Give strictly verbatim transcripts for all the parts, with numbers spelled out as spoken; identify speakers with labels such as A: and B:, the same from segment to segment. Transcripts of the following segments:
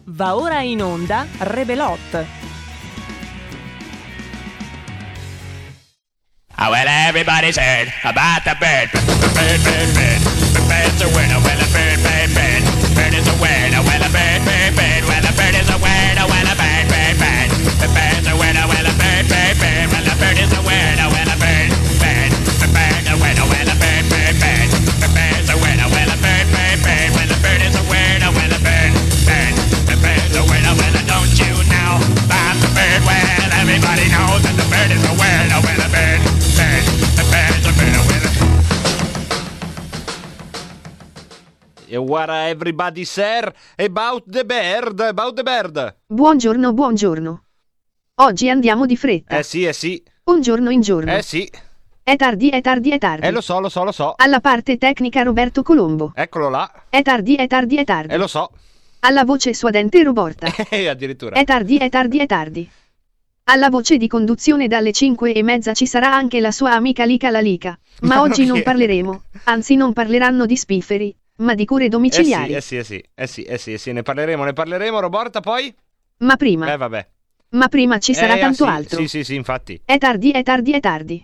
A: Va ora in onda Rebelot.
B: Oh, well, everybody's heard about the bird. Bird, bird, bird. The bird's a word. Oh, well, a bird, bird, bird. Bird is a word. Oh, well, a bird, bird, bird. Well, a bird is a word. Oh, well, a bird, bird, bird. The bird's a word. Oh, well, a bird, bird, bird. Well, a bird is a word. Oh, well, a bird, bird. The bird's a word. Oh, well, a bird, bird, bird. The bird's a word. Oh, well, a bird, bird, bird. Well, a bird is a word. Oh, well, a bird, bird. The bird's a word. Oh, well, don't you know about the bird? Well, everybody knows that the bird is a word. Oh, well, a bird.
C: What everybody sir about the bird, about the bird.
D: Buongiorno, buongiorno. Oggi andiamo di fretta.
C: Eh sì, eh sì.
D: Un giorno in giorno.
C: Eh sì.
D: È tardi, è tardi, è tardi.
C: Eh lo so, lo so, lo so.
D: Alla parte tecnica Roberto Colombo.
C: Eccolo là.
D: È tardi, è tardi, è tardi.
C: Eh lo so.
D: Alla voce suadente Roborta.
C: Eh, addirittura.
D: È tardi, è tardi, è tardi. Alla voce di conduzione dalle cinque e mezza ci sarà anche la sua amica Lica la Lica. Ma oggi non parleremo, anzi non parleranno di spifferi, ma di cure domiciliari.
C: Eh sì, eh sì, eh sì, eh sì, eh sì, ne parleremo, ne parleremo, Roborta, poi?
D: Ma prima.
C: Eh vabbè.
D: Ma prima ci sarà
C: eh,
D: tanto
C: ah, sì,
D: altro.
C: Sì, sì, sì, infatti.
D: È tardi, è tardi, è tardi.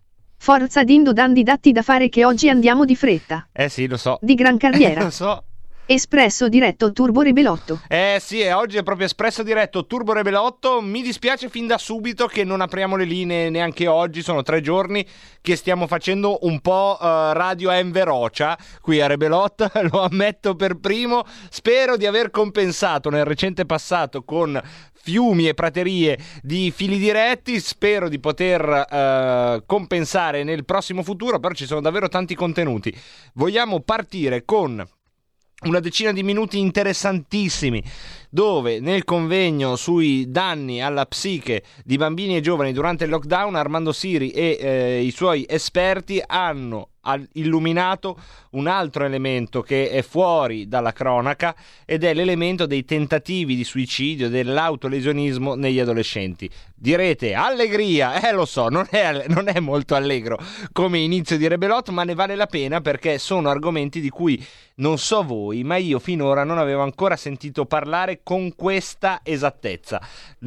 D: Forza dindo dandi datti da fare che oggi andiamo di fretta.
C: Eh sì, lo so.
D: Di gran carriera.
C: Lo so.
D: Espresso diretto Turbo Rebelotto.
C: Eh sì, e oggi è proprio espresso diretto Turbo Rebelotto. Mi dispiace fin da subito che non apriamo le linee neanche oggi. Sono tre giorni che stiamo facendo un po' uh, radio en verocia qui a Rebelotto, lo ammetto per primo. Spero di aver compensato nel recente passato con fiumi e praterie di fili diretti. Spero di poter uh, compensare nel prossimo futuro, però ci sono davvero tanti contenuti. Vogliamo partire con una decina di minuti interessantissimi, dove nel convegno sui danni alla psiche di bambini e giovani durante il lockdown Armando Siri e eh, i suoi esperti hanno illuminato un altro elemento che è fuori dalla cronaca, ed è l'elemento dei tentativi di suicidio, dell'autolesionismo negli adolescenti. Direte allegria, eh lo so, non è, non è molto allegro come inizio di Rebelot, ma ne vale la pena perché sono argomenti di cui non so voi, ma io finora non avevo ancora sentito parlare con questa esattezza.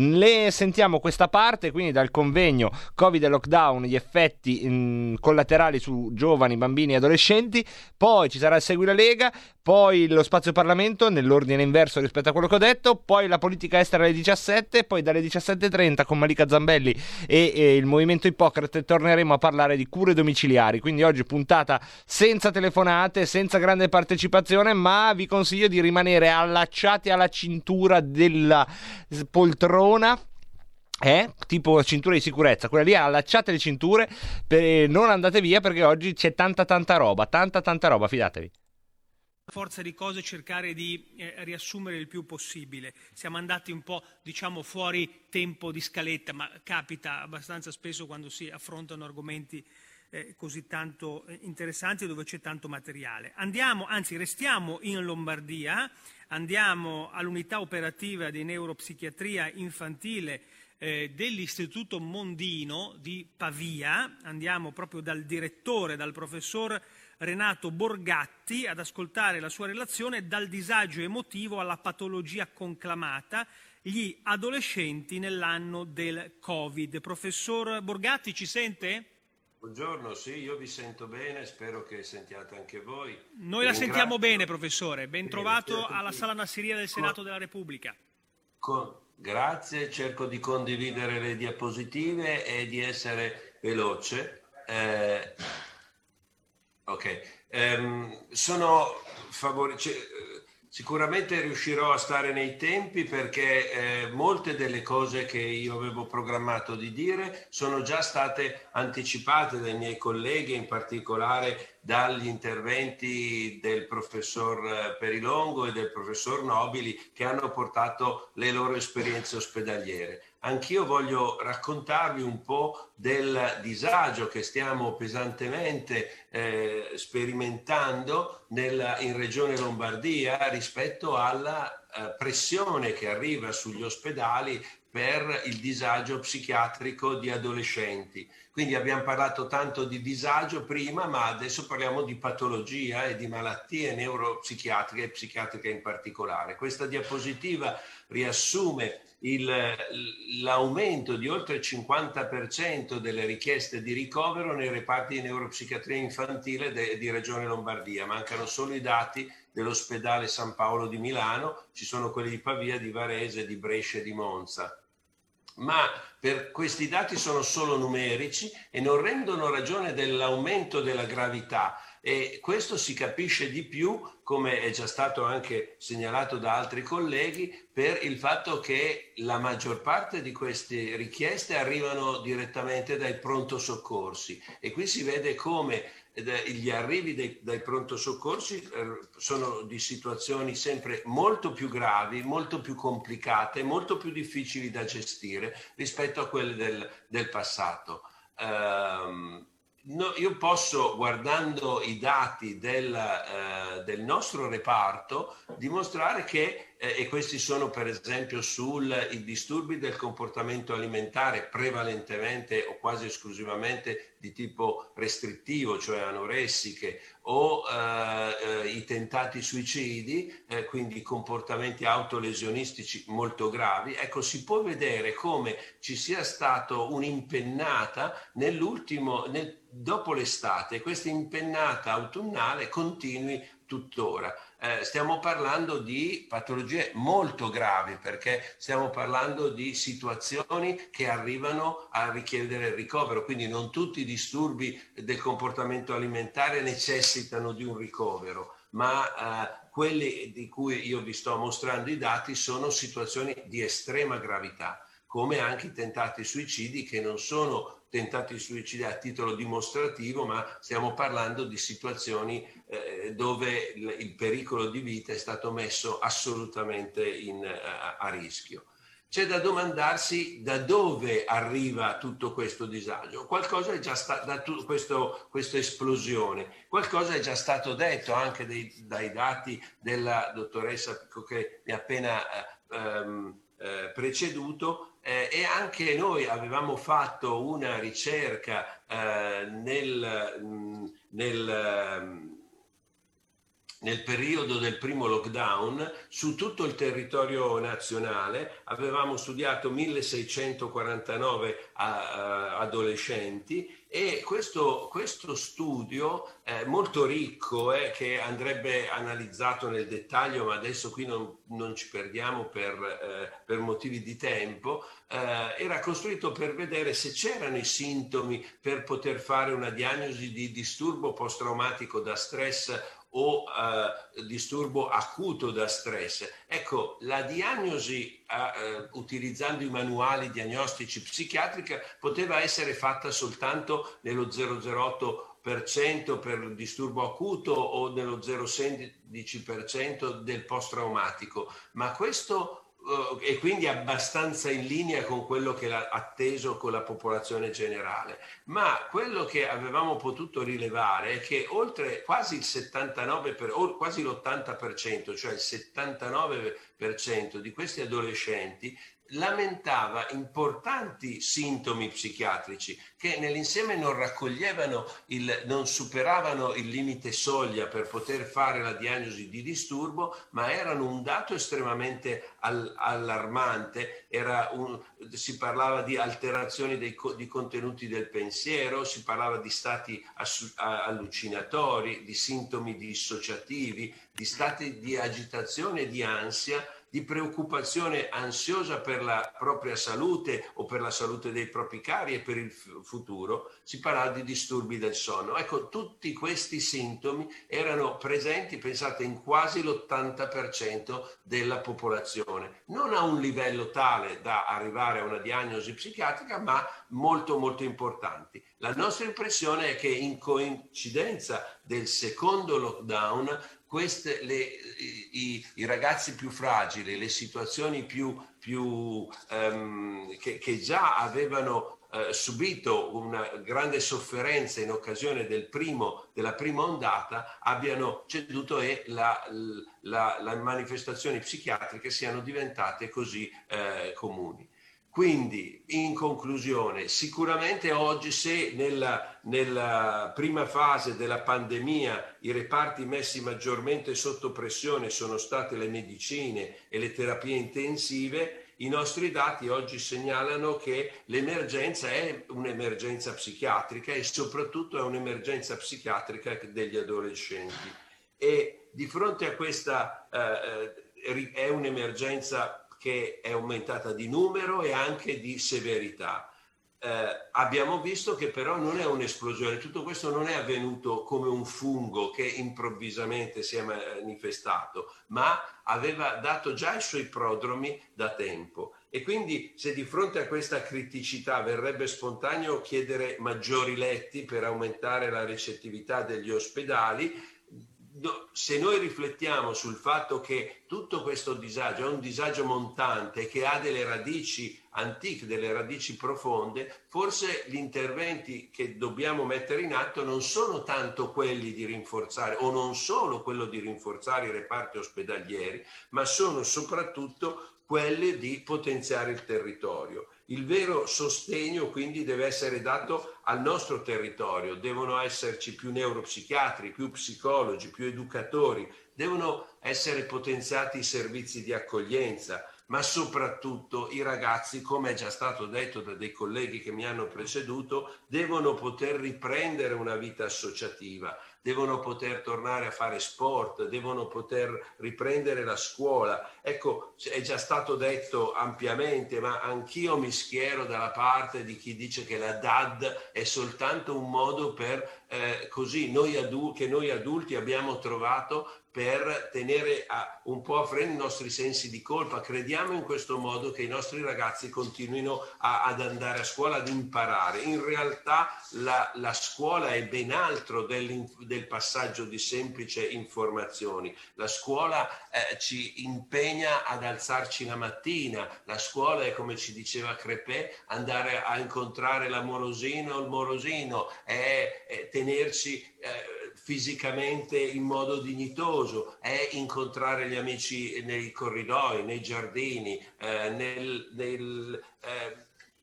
C: Le sentiamo questa parte, quindi dal convegno Covid e lockdown, gli effetti mh, collaterali su giovani, bambini e adolescenti. Poi ci sarà il Segui la Lega, poi lo Spazio Parlamento nell'ordine inverso rispetto a quello che ho detto, poi la politica estera alle diciassette, poi dalle diciassette e trenta con Malika Zambelli e, e il Movimento Ippocrate torneremo a parlare di cure domiciliari. Quindi oggi puntata senza telefonate, senza grande partecipazione, ma vi consiglio di rimanere allacciati alla cintura della poltrona. Eh? Tipo cintura di sicurezza, quella lì, allacciate le cinture, per... non andate via perché oggi c'è tanta tanta roba, tanta tanta roba, fidatevi.
E: Forza di cose cercare di eh, riassumere il più possibile. Siamo andati un po', diciamo, fuori tempo di scaletta, ma capita abbastanza spesso quando si affrontano argomenti eh, così tanto eh, interessanti, dove c'è tanto materiale. Andiamo, anzi restiamo in Lombardia, andiamo all'unità operativa di neuropsichiatria infantile Eh, dell'Istituto Mondino di Pavia. Andiamo proprio dal direttore, dal professor Renato Borgatti, ad ascoltare la sua relazione dal disagio emotivo alla patologia conclamata, gli adolescenti nell'anno del Covid. Professor Borgatti, ci sente?
F: Buongiorno, sì, io vi sento bene, spero che sentiate anche voi.
E: Noi la sentiamo bene, professore. Ben trovato alla Sala Nassirya del Senato della Repubblica.
F: Con... Grazie, cerco di condividere le diapositive e di essere veloce. Eh, ok, ehm, sono favorevole. Sicuramente riuscirò a stare nei tempi perché eh, molte delle cose che io avevo programmato di dire sono già state anticipate dai miei colleghi, in particolare dagli interventi del professor Perilongo e del professor Nobili, che hanno portato le loro esperienze ospedaliere. Anch'io voglio raccontarvi un po' del disagio che stiamo pesantemente eh, sperimentando nella, in Regione Lombardia rispetto alla eh, pressione che arriva sugli ospedali per il disagio psichiatrico di adolescenti. Quindi abbiamo parlato tanto di disagio prima, ma adesso parliamo di patologia e di malattie neuropsichiatriche e psichiatriche in particolare. Questa diapositiva riassume il, l'aumento di oltre il cinquanta per cento delle richieste di ricovero nei reparti di neuropsichiatria infantile de, di Regione Lombardia. Mancano solo i dati dell'ospedale San Paolo di Milano, ci sono quelli di Pavia, di Varese, di Brescia e di Monza. Ma per questi dati sono solo numerici e non rendono ragione dell'aumento della gravità, e questo si capisce di più, come è già stato anche segnalato da altri colleghi, per il fatto che la maggior parte di queste richieste arrivano direttamente dai pronto soccorsi, e qui si vede come gli arrivi dei, dai pronto soccorsi eh, sono di situazioni sempre molto più gravi, molto più complicate, molto più difficili da gestire rispetto a quelle del, del passato. Um, no, io posso, guardando i dati del, uh, del nostro reparto, dimostrare che Eh, e questi sono per esempio sui disturbi del comportamento alimentare, prevalentemente o quasi esclusivamente di tipo restrittivo, cioè anoressiche, o eh, eh, i tentati suicidi, eh, quindi comportamenti autolesionistici molto gravi. Ecco, si può vedere come ci sia stato un'impennata nell'ultimo, nel, dopo l'estate, questa impennata autunnale continui tuttora. Eh, stiamo parlando di patologie molto gravi, perché stiamo parlando di situazioni che arrivano a richiedere il ricovero, quindi non tutti i disturbi del comportamento alimentare necessitano di un ricovero, ma eh, quelli di cui io vi sto mostrando i dati sono situazioni di estrema gravità, come anche i tentati suicidi, che non sono tentati suicidi a titolo dimostrativo, ma stiamo parlando di situazioni eh, dove il, il pericolo di vita è stato messo assolutamente in, a, a rischio. C'è da domandarsi da dove arriva tutto questo disagio. Qualcosa è già stato, da tu, questo, questa esplosione, qualcosa è già stato detto anche dei, dai dati della dottoressa che mi ha appena ehm, eh, preceduto. Eh, e anche noi avevamo fatto una ricerca eh, nel, mh, nel, mh, nel periodo del primo lockdown su tutto il territorio nazionale. Avevamo studiato milleseicentoquarantanove a, a, adolescenti, e questo, questo studio eh, molto ricco, eh, che andrebbe analizzato nel dettaglio, ma adesso qui non, non ci perdiamo per, eh, per motivi di tempo, eh, era costruito per vedere se c'erano i sintomi per poter fare una diagnosi di disturbo post-traumatico da stress o eh, disturbo acuto da stress. Ecco, la diagnosi eh, utilizzando i manuali diagnostici psichiatrici poteva essere fatta soltanto nello zero zero otto per cento per il disturbo acuto o nello zero virgola sedici per cento del post-traumatico, ma questo Uh, e quindi abbastanza in linea con quello che era atteso con la popolazione generale. Ma quello che avevamo potuto rilevare è che oltre quasi il settantanove per, o quasi l'ottanta per cento, cioè il settantanove per cento di questi adolescenti lamentava importanti sintomi psichiatrici che nell'insieme non raccoglievano il, non superavano il limite soglia per poter fare la diagnosi di disturbo, ma erano un dato estremamente al, allarmante. Era un, si parlava di alterazioni dei, di contenuti del pensiero, si parlava di stati assu, allucinatori, di sintomi dissociativi, di stati di agitazione e di ansia, di preoccupazione ansiosa per la propria salute o per la salute dei propri cari e per il futuro. Si parlava di disturbi del sonno. Ecco, tutti questi sintomi erano presenti, pensate, in quasi l'ottanta per cento della popolazione. Non a un livello tale da arrivare a una diagnosi psichiatrica, ma molto molto importanti. La nostra impressione è che in coincidenza del secondo lockdown queste, le, i, i ragazzi più fragili, le situazioni più, più um, che, che già avevano Uh, subito una grande sofferenza in occasione del primo, della prima ondata, abbiano ceduto e la, la, le manifestazioni psichiatriche siano diventate così uh, comuni. Quindi, in conclusione, sicuramente oggi, se nella, nella prima fase della pandemia i reparti messi maggiormente sotto pressione sono state le medicine e le terapie intensive, i nostri dati oggi segnalano che l'emergenza è un'emergenza psichiatrica e soprattutto è un'emergenza psichiatrica degli adolescenti. E di fronte a questa eh, è un'emergenza che è aumentata di numero e anche di severità. Eh, abbiamo visto che però non è un'esplosione, tutto questo non è avvenuto come un fungo che improvvisamente si è manifestato, ma aveva dato già i suoi prodromi da tempo. E quindi, se di fronte a questa criticità verrebbe spontaneo chiedere maggiori letti per aumentare la ricettività degli ospedali, se noi riflettiamo sul fatto che tutto questo disagio è un disagio montante che ha delle radici antiche, delle radici profonde, forse gli interventi che dobbiamo mettere in atto non sono tanto quelli di rinforzare, o non solo quello di rinforzare i reparti ospedalieri, ma sono soprattutto quelli di potenziare il territorio. Il vero sostegno quindi deve essere dato al nostro territorio, devono esserci più neuropsichiatri, più psicologi, più educatori, devono essere potenziati i servizi di accoglienza, ma soprattutto i ragazzi, come è già stato detto da dei colleghi che mi hanno preceduto, devono poter riprendere una vita associativa, devono poter tornare a fare sport, devono poter riprendere la scuola. Ecco, è già stato detto ampiamente, ma anch'io mi schiero dalla parte di chi dice che la D A D è soltanto un modo per eh, così noi adulti, che noi adulti abbiamo trovato per tenere a, un po' a freno i nostri sensi di colpa. Crediamo in questo modo che i nostri ragazzi continuino a, ad andare a scuola, ad imparare. In realtà la, la scuola è ben altro del, del passaggio di semplici informazioni. La scuola eh, ci impegna ad alzarci la mattina. La scuola è, come ci diceva Crepè, andare a incontrare l'amorosino o il morosino, è, è tenerci eh, fisicamente in modo dignitoso, è incontrare gli amici nei corridoi, nei giardini, eh, nel, nel, eh,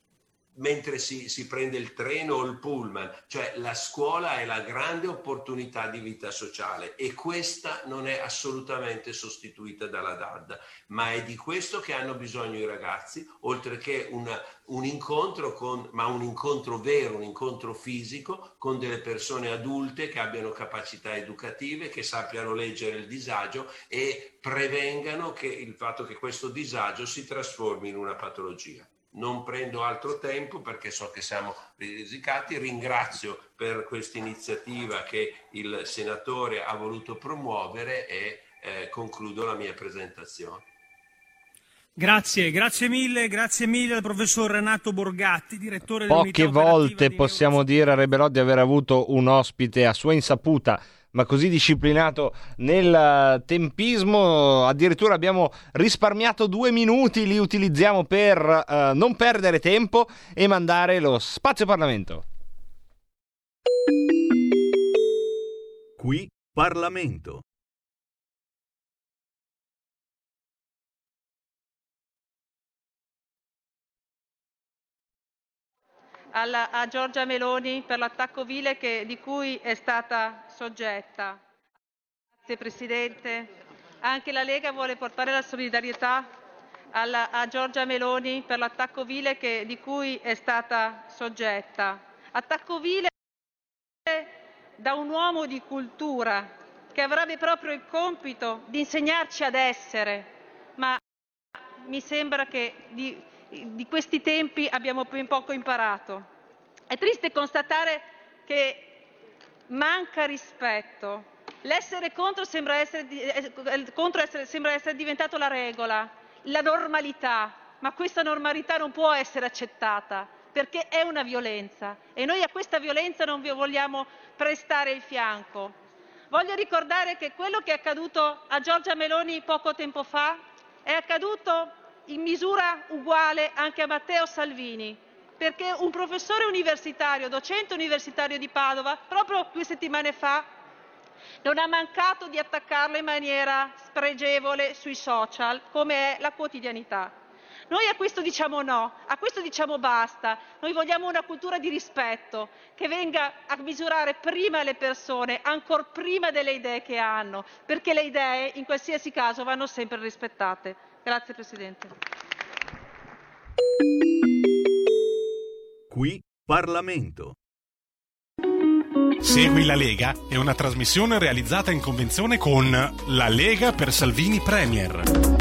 F: mentre si, si prende il treno o il pullman. Cioè la scuola è la grande opportunità di vita sociale e questa non è assolutamente sostituita dalla D A D, ma è di questo che hanno bisogno i ragazzi, oltre che una, un incontro con, ma un incontro vero, un incontro fisico con delle persone adulte che abbiano capacità educative, che sappiano leggere il disagio e prevengano che il fatto che questo disagio si trasformi in una patologia. Non prendo altro tempo perché so che siamo risicati. Ringrazio per questa iniziativa che il senatore ha voluto promuovere e eh, concludo la mia presentazione.
E: Grazie, grazie mille, grazie mille al professor Renato Borgatti, direttore
C: dell'unità operativa. Poche volte possiamo dire a Rebelot di aver avuto un ospite a sua insaputa, ma così disciplinato nel tempismo. Addirittura abbiamo risparmiato due minuti, li utilizziamo per uh, non perdere tempo e mandare lo Spazio Parlamento.
G: Qui Parlamento.
H: Alla, a Giorgia Meloni per l'attacco vile che, di cui è stata soggetta. Grazie Presidente. Anche la Lega vuole portare la solidarietà alla, a Giorgia Meloni per l'attacco vile che, di cui è stata soggetta. Attacco vile da un uomo di cultura che avrebbe proprio il compito di insegnarci ad essere, ma mi sembra che di di questi tempi abbiamo ben poco imparato. È triste constatare che manca rispetto. L'essere contro sembra essere, contro essere, sembra essere diventato la regola, la normalità, ma questa normalità non può essere accettata perché è una violenza e noi a questa violenza non vi vogliamo prestare il fianco. Voglio ricordare che quello che è accaduto a Giorgia Meloni poco tempo fa è accaduto in misura uguale anche a Matteo Salvini, perché un professore universitario, docente universitario di Padova, proprio due settimane fa, non ha mancato di attaccarlo in maniera spregevole sui social, come è la quotidianità. Noi a questo diciamo no, a questo diciamo basta. Noi vogliamo una cultura di rispetto che venga a misurare prima le persone, ancor prima delle idee che hanno, perché le idee in qualsiasi caso vanno sempre rispettate. Grazie Presidente.
G: Qui Parlamento.
I: Segui la Lega è una trasmissione realizzata in convenzione con La Lega per Salvini Premier.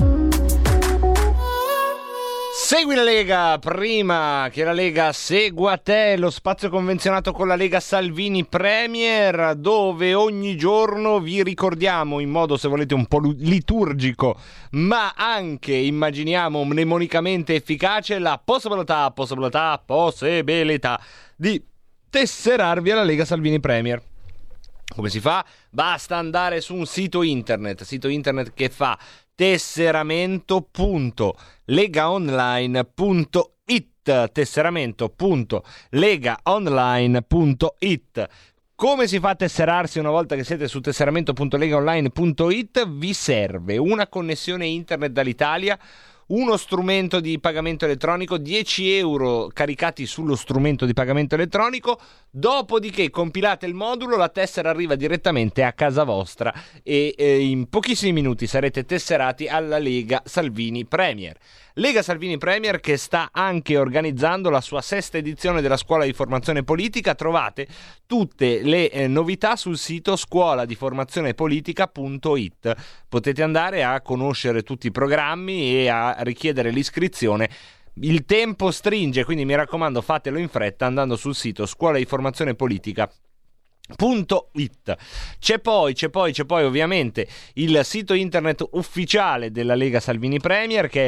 C: Segui la Lega prima che la Lega segua te, lo spazio convenzionato con la Lega Salvini Premier, dove ogni giorno vi ricordiamo in modo, se volete, un po' liturgico, ma anche, immaginiamo, mnemonicamente efficace, la possibilità, possibilità, possibilità di tesserarvi alla Lega Salvini Premier. Come si fa? Basta andare su un sito internet, sito internet che fa tesseramento punto legaonline punto it, tesseramento punto legaonline punto it. Come si fa a tesserarsi una volta che siete su tesseramento punto legaonline punto it? Vi serve una connessione internet dall'Italia, uno strumento di pagamento elettronico, dieci euro caricati sullo strumento di pagamento elettronico, dopodiché compilate il modulo, la tessera arriva direttamente a casa vostra e eh, in pochissimi minuti sarete tesserati alla Lega Salvini Premier. Lega Salvini Premier che sta anche organizzando la sua sesta edizione della Scuola di Formazione Politica. Trovate tutte le eh, novità sul sito scuola di formazione politica punto it. Potete andare a conoscere tutti i programmi e a richiedere l'iscrizione. Il tempo stringe, quindi mi raccomando fatelo in fretta andando sul sito scuola di formazione politica punto it. C'è poi, c'è poi, c'è poi ovviamente il sito internet ufficiale della Lega Salvini Premier che è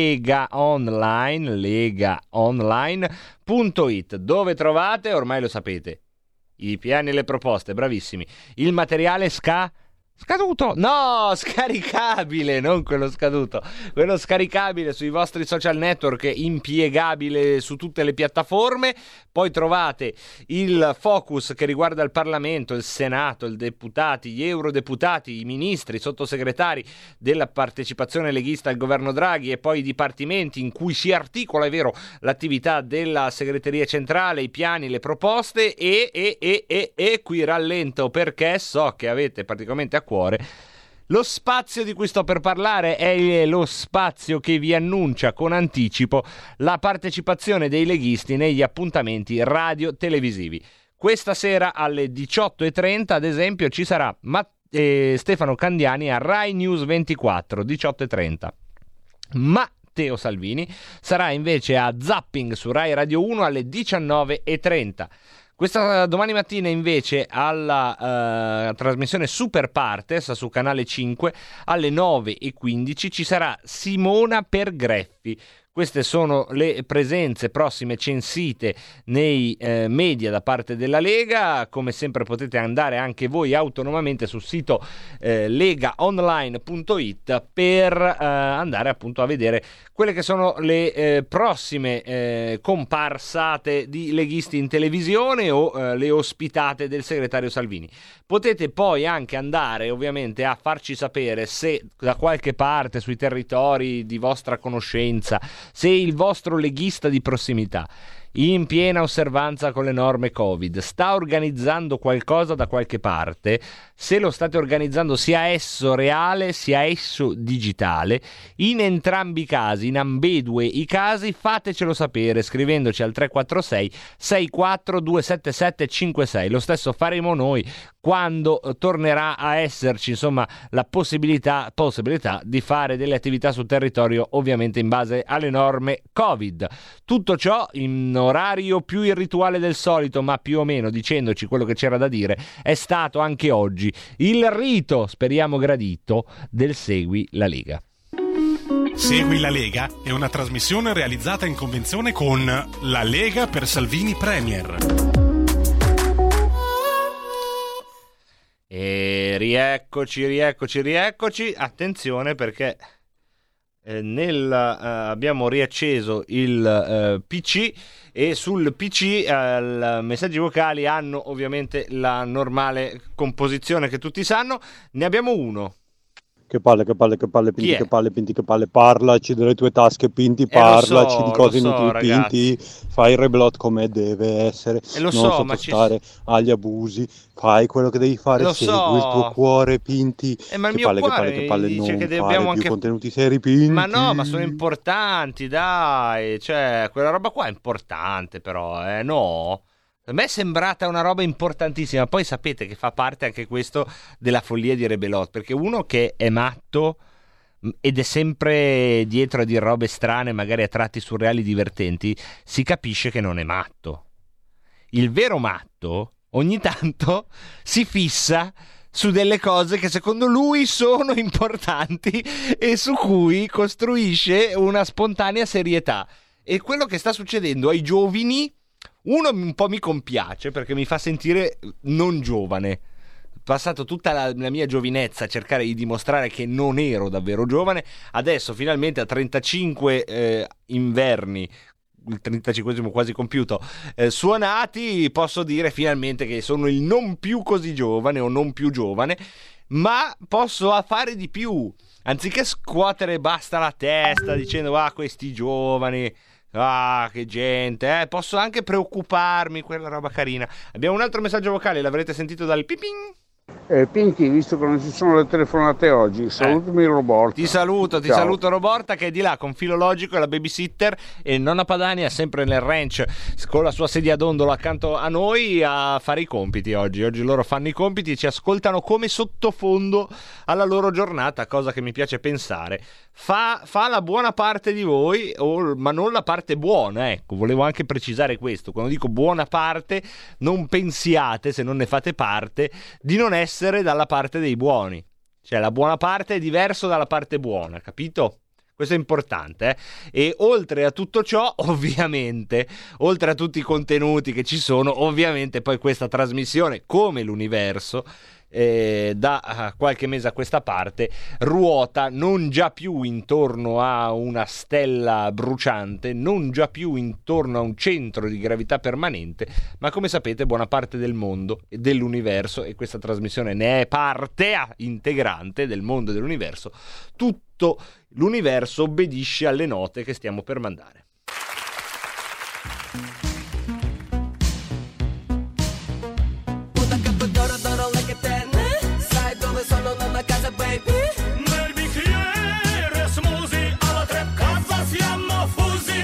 C: legaonline, legaonline punto it, dove trovate, ormai lo sapete, i piani e le proposte, bravissimi, il materiale sca... Scaduto? No, scaricabile, non quello scaduto, quello scaricabile sui vostri social network, impiegabile su tutte le piattaforme. Poi trovate il focus che riguarda il Parlamento, il Senato, i deputati, gli eurodeputati, i ministri, i sottosegretari della partecipazione leghista al governo Draghi e poi i dipartimenti in cui si articola, è vero, l'attività della segreteria centrale, i piani, le proposte e, e, e, e, e qui rallento perché so che avete praticamente a cuore lo spazio di cui sto per parlare. È lo spazio che vi annuncia con anticipo la partecipazione dei leghisti negli appuntamenti radio-televisivi. Questa sera alle diciotto e trenta, ad esempio, ci sarà Matt- eh, Stefano Candiani a Rai News ventiquattro, diciotto e trenta. Matteo Salvini sarà invece a Zapping su Rai Radio uno alle diciannove e trenta. Questa domani mattina invece alla uh, trasmissione Super Partes su Canale cinque alle nove e quindici ci sarà Simona Pergreffi. Queste sono le presenze prossime censite nei eh, media da parte della Lega. Come sempre potete andare anche voi autonomamente sul sito eh, legaonline punto it per eh, andare appunto a vedere quelle che sono le eh, prossime eh, comparsate di leghisti in televisione o eh, le ospitate del segretario Salvini. Potete poi anche andare ovviamente a farci sapere se da qualche parte sui territori di vostra conoscenza, se il vostro leghista di prossimità, in piena osservanza con le norme Covid, sta organizzando qualcosa da qualche parte, se lo state organizzando sia esso reale sia esso digitale, in entrambi i casi, in ambedue i casi, fatecelo sapere scrivendoci al tre quattro sei sei quattro due sette sette cinque sei. Lo stesso faremo noi quando tornerà a esserci insomma la possibilità, possibilità di fare delle attività sul territorio, ovviamente in base alle norme Covid. Tutto ciò in orario più irrituale del solito, ma più o meno dicendoci quello che c'era da dire. È stato anche oggi il rito, speriamo gradito, del Segui la Lega.
I: Segui la Lega è una trasmissione realizzata in convenzione con La Lega per Salvini Premier.
C: E E rieccoci, rieccoci, rieccoci. Attenzione perché eh, nel, eh, abbiamo riacceso il eh, P C e sul P C eh, i messaggi vocali hanno ovviamente la normale composizione che tutti sanno. Ne abbiamo uno.
J: Che palle, che palle, che palle, Pinti,
C: Chi è?
J: che palle, Pinti, che palle, parlaci delle tue tasche, Pinti,
C: Eh, lo so,
J: parlaci di cose
C: lo so,
J: inutili,
C: ragazzi.
J: Pinti, fai il rebelot come deve essere,
C: E lo
J: non
C: so, ma ci-
J: sottostare agli abusi, fai quello che devi fare,
C: Lo
J: segui
C: so.
J: il tuo cuore, Pinti,
C: Eh, ma il
J: che
C: mio
J: palle, che
C: cuore
J: palle, che palle,
C: mi dice
J: non
C: che
J: fare
C: dobbiamo
J: più
C: anche-
J: contenuti seri, Pinti.
C: Ma no, ma sono importanti, dai. Cioè, quella roba qua è importante, però, eh, no. A me è sembrata una roba importantissima. Poi sapete che fa parte anche questo della follia di Rebelot, perché uno che è matto mh, ed è sempre dietro a dire robe strane, magari a tratti surreali divertenti, si capisce che non è matto. Il vero matto ogni tanto si fissa su delle cose che secondo lui sono importanti e su cui costruisce una spontanea serietà. E quello che sta succedendo ai giovani, uno un po' mi compiace perché mi fa sentire non giovane. Ho passato tutta la, la mia giovinezza a cercare di dimostrare che non ero davvero giovane. Adesso finalmente a trentacinque eh, inverni, il trentacinquesimo quasi compiuto, eh, suonati, posso dire finalmente che sono il non più così giovane o non più giovane, ma posso fare di più. Anziché scuotere basta la testa dicendo ah questi giovani, ah che gente, eh, posso anche preoccuparmi, quella roba carina. Abbiamo un altro messaggio vocale, l'avrete sentito dal piping.
K: Eh, Pinti, visto che non ci sono le telefonate oggi, salutami il Roborta.
C: Ti saluto, ti
K: Ciao.
C: saluto Roborta che è di là con Filologico e la babysitter e nonna Padania sempre nel ranch con la sua sedia d'ondolo accanto a noi a fare i compiti oggi. Oggi loro fanno i compiti e ci ascoltano come sottofondo alla loro giornata, cosa che mi piace pensare. Fa, fa la buona parte di voi, o, ma non la parte buona, ecco, volevo anche precisare questo. Quando dico buona parte, non pensiate, se non ne fate parte, di non essere dalla parte dei buoni. Cioè la buona parte è diverso dalla parte buona, capito? Questo è importante, eh? E oltre a tutto ciò, ovviamente, oltre a tutti i contenuti che ci sono, ovviamente poi questa trasmissione, come l'universo, eh, da qualche mese a questa parte, ruota non già più intorno a una stella bruciante, non già più intorno a un centro di gravità permanente, ma come sapete buona parte del mondo e dell'universo, e questa trasmissione ne è parte ah, integrante del mondo e dell'universo, tutto l'universo obbedisce alle note che stiamo per mandare.
B: Nel bicchiere smoothie alla tre casa siamo fusi.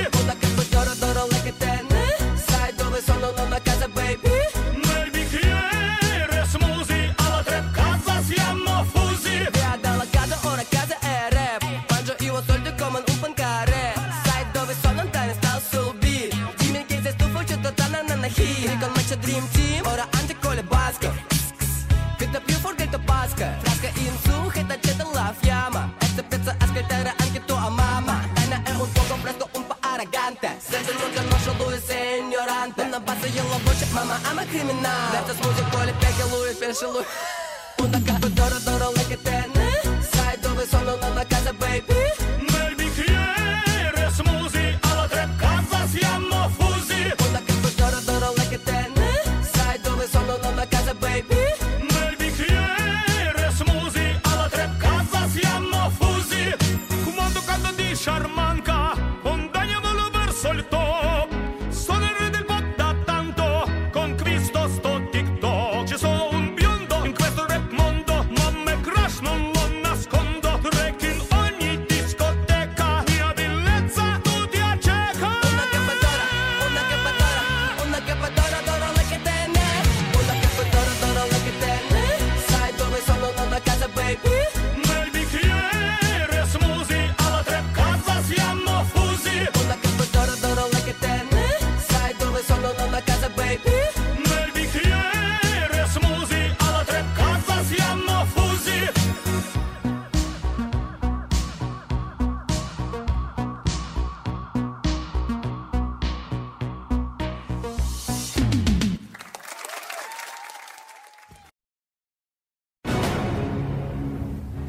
B: Sai dove sono nonna casa baby? Nel bicchiere smoothie alla tre casa siamo fusi. Via dalla casa ora casa è rap. Mangio io ho soldi come un pancare. Sai dove sono andare sta sul beat. Dimmi che sei stufo c'è tutta la nana hit. Con me c'è Dream Team ora anche con le basche. Che da più forgetto basca. Frasca in su che da c'è della fiamma. E se pensa ascoltare anche tua mamma. Dana è un fuoco fresco un po' arrogante. Senza non conosce lui sei ignorante. Una bassa io la voce mamma I'm a criminal. Let's smoothie poi perché lui pensa lui. Una capa d'oro d'oro lei che tenne. Sai dove sono nonna casa baby? Nel bicchiere smoothie alla tre casa siamo fusi. Una capa d'oro d'oro lei che tenne. Sai dove sono nonna casa baby? Nel bicchiere smoothie alla tre casa siamo fusi. Comando canto di Sciarmanca, condagliamolo verso il top. Sono il re del pop da tanto, conquisto sto TikTok. Ci sono un biondo in questo rap mondo, ma me crush non lo nascondo. Track in ogni discoteca, mia bellezza tu ti acceca. Una cappadora, una cappadora, una cappadora d'oro lei che tenne. Una cappadora d'oro lei che tenne. Sai dove sono nonna casa baby? Nel bicchiere smoothie alla tre casa siamo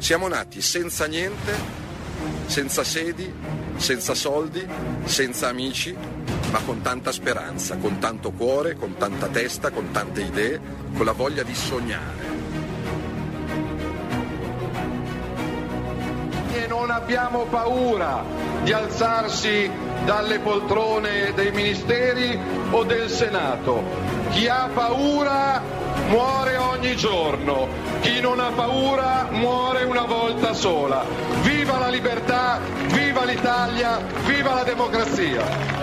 L: Siamo nati senza niente, senza sedi, senza soldi, senza amici, ma con tanta speranza, con tanto cuore, con tanta testa, con tante idee, con la voglia di sognare.
M: E non abbiamo paura di alzarsi dalle poltrone dei ministeri o del Senato. Chi ha paura muore ogni giorno, chi non ha paura muore una volta sola. Viva la libertà, viva l'Italia, viva la democrazia!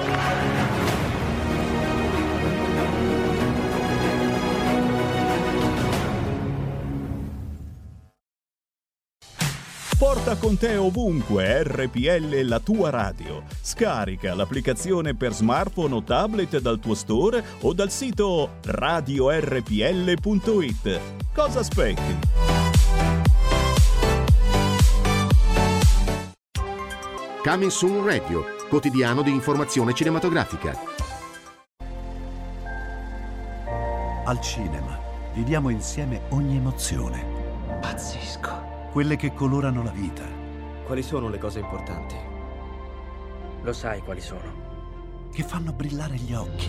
N: Porta con te ovunque R P L, la tua radio. Scarica l'applicazione per smartphone o tablet dal tuo store o dal sito radio R P L punto it. Cosa aspetti?
O: Coming Soon Radio, quotidiano di informazione cinematografica.
P: Al cinema viviamo insieme ogni emozione.
Q: Pazzesco.
P: Quelle che colorano la vita.
Q: Quali sono le cose importanti? Lo sai quali sono.
P: Che fanno brillare gli occhi.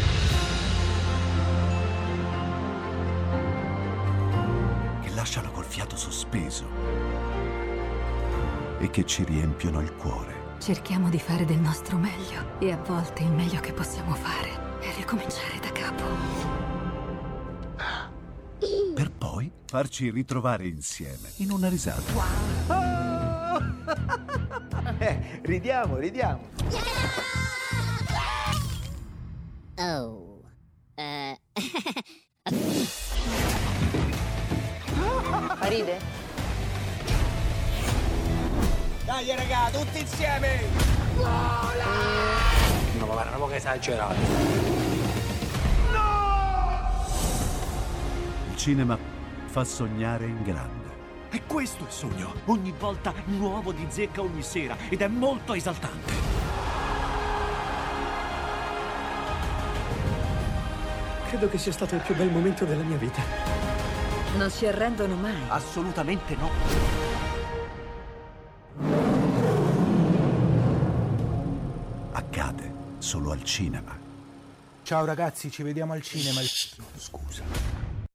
P: Che lasciano col fiato sospeso. E che ci riempiono il cuore.
R: Cerchiamo di fare del nostro meglio. E a volte il meglio che possiamo fare è ricominciare da capo.
P: Per poi farci ritrovare insieme in una risata.
Q: eh, ridiamo, ridiamo.
S: Oh. Eh.
T: Ride?
Q: Dai raga, tutti insieme! Vola! No, ma guarda, un po' che esagerato.
P: Il cinema fa sognare in grande.
U: E questo è il sogno. Ogni volta nuovo di zecca ogni sera ed è molto esaltante. Credo che sia stato il più bel momento della mia vita.
R: Non si arrendono mai.
U: Assolutamente no.
P: Accade solo al cinema.
V: Ciao ragazzi, ci vediamo al cinema. Scusa.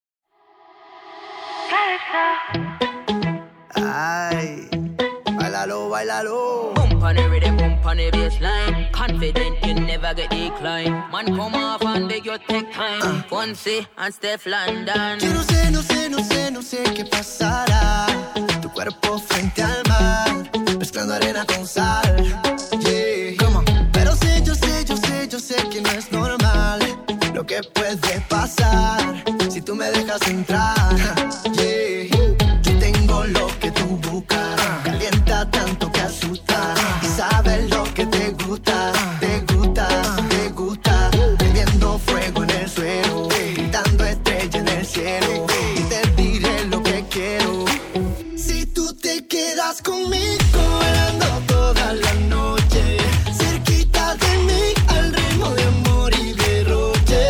W: Ay, bailalo, bailalo.
X: Boom on the rhythm, boom on the bassline. Confident you never get declined. Man, come off and beg you take time. Uh. Fonse and Steph London.
W: Yo no sé, no sé, no sé, no sé qué pasará. Tu cuerpo frente al mar, mezclando arena con sal. Yeah. Come on. Pero sé, yo sé, yo sé, yo sé que no es normal lo que puede pasar si tú me dejas entrar. Yeah. Yo tengo lo que tú buscas, calienta tanto que asusta y sabes lo que te gusta, te gusta, te gusta, prendiendo fuego en el suelo, pintando estrella en el cielo y te diré lo que quiero. Si tú te quedas conmigo bailando toda la noche, cerquita de mí al ritmo de amor y derroche,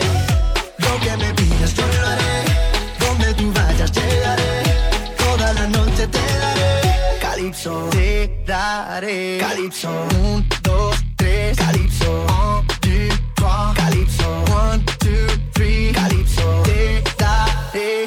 W: lo que me pidas yo lo haré, donde tú vayas llegaré, toda la noche te daré, calipso, te daré, calipso, un, dos, tres, calipso, un, two, trois, calipso, one, two, three, calipso, te daré,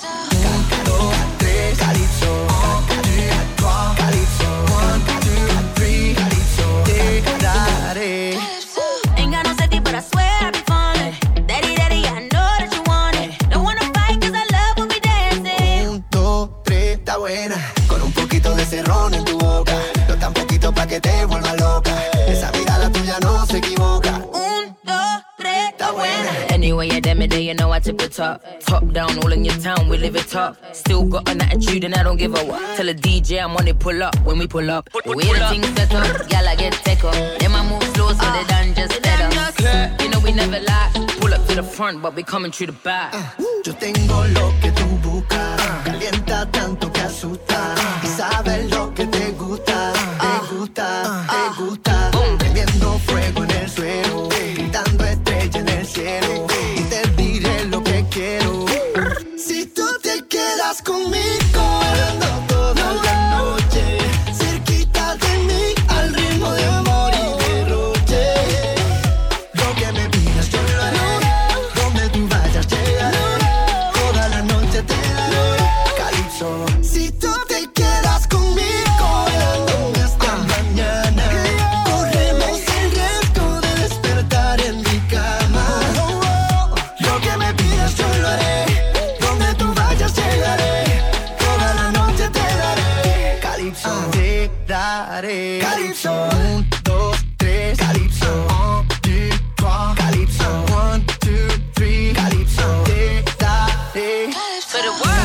W: un, dos, tres, calipso, un, two, trois, calipso, one, two, three, calipso, te daré.
X: Ain't got no safety, but I swear I'll be fine. Daddy, daddy, I know that you want it. Don't wanna fight, cause I love when we dancing.
W: Un, dos, tres, está buena. Con un poquito de cerrón en tu boca. No tan poquito pa' que te vuelva loca. Esa mirada tuya no se equivoca.
X: Un, dos, tres,
W: está buena.
X: Anyway, you damn it, you know I tip it top. Top down, all in your town, we live it top. Still got an attitude and I don't give a what. Tell a D J I'm on it, pull up when we pull up. The way the things set up, y'all I get take up. Then I move slow so they done just better. You know we never lie. Pull up to the front, but we coming through the back.
W: Yo tengo lo que tú buscas, calienta tanto que asusta y sabes lo que te gusta, te gusta, te gusta, prendiendo fuego en el suelo, pintando estrella en el cielo y te diré lo que quiero. Si tú te quedas conmigo bailando todo Calypso. Un, dos, tres, Calypso. Un, deux, trois, Calypso. One, two, three, Calypso. Te daré for the world.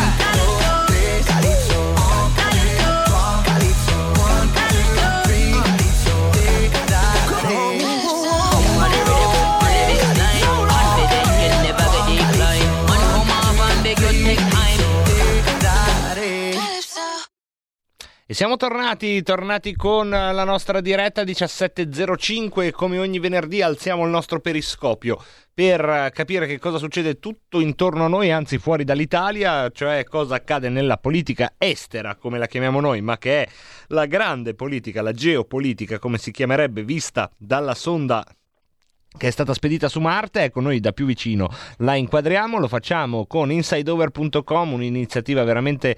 C: E siamo tornati, tornati con la nostra diretta diciassette e zero cinque. Come ogni venerdì alziamo il nostro periscopio per capire che cosa succede tutto intorno a noi, anzi fuori dall'Italia, cioè cosa accade nella politica estera, come la chiamiamo noi, ma che è la grande politica, la geopolitica, come si chiamerebbe, vista dalla sonda che è stata spedita su Marte. Ecco, noi da più vicino la inquadriamo, lo facciamo con Insideover punto com, un'iniziativa veramente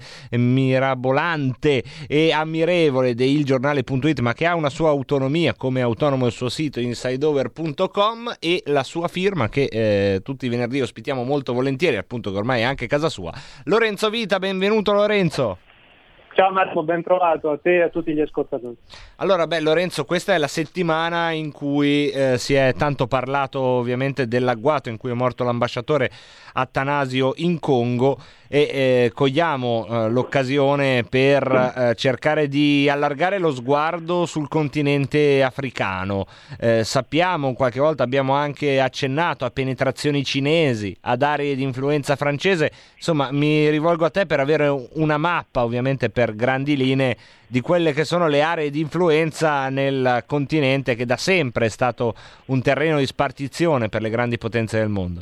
C: mirabolante e ammirevole di il giornale punto it, ma che ha una sua autonomia, come autonomo il suo sito Insideover punto com, e la sua firma che eh, tutti i venerdì ospitiamo molto volentieri, appunto che ormai è anche casa sua. Lorenzo Vita, benvenuto Lorenzo.
A: Ciao Marco, ben trovato a te e a tutti gli ascoltatori.
C: Allora, beh Lorenzo, questa è la settimana in cui eh, si è tanto parlato ovviamente dell'agguato in cui è morto l'ambasciatore Attanasio in Congo, e eh, cogliamo eh, l'occasione per eh, cercare di allargare lo sguardo sul continente africano. Eh, sappiamo, qualche volta abbiamo anche accennato a penetrazioni cinesi, ad aree di influenza francese. Insomma, mi rivolgo a te per avere una mappa, ovviamente per grandi linee, di quelle che sono le aree di influenza nel continente, che da sempre è stato un terreno di spartizione per le grandi potenze del mondo.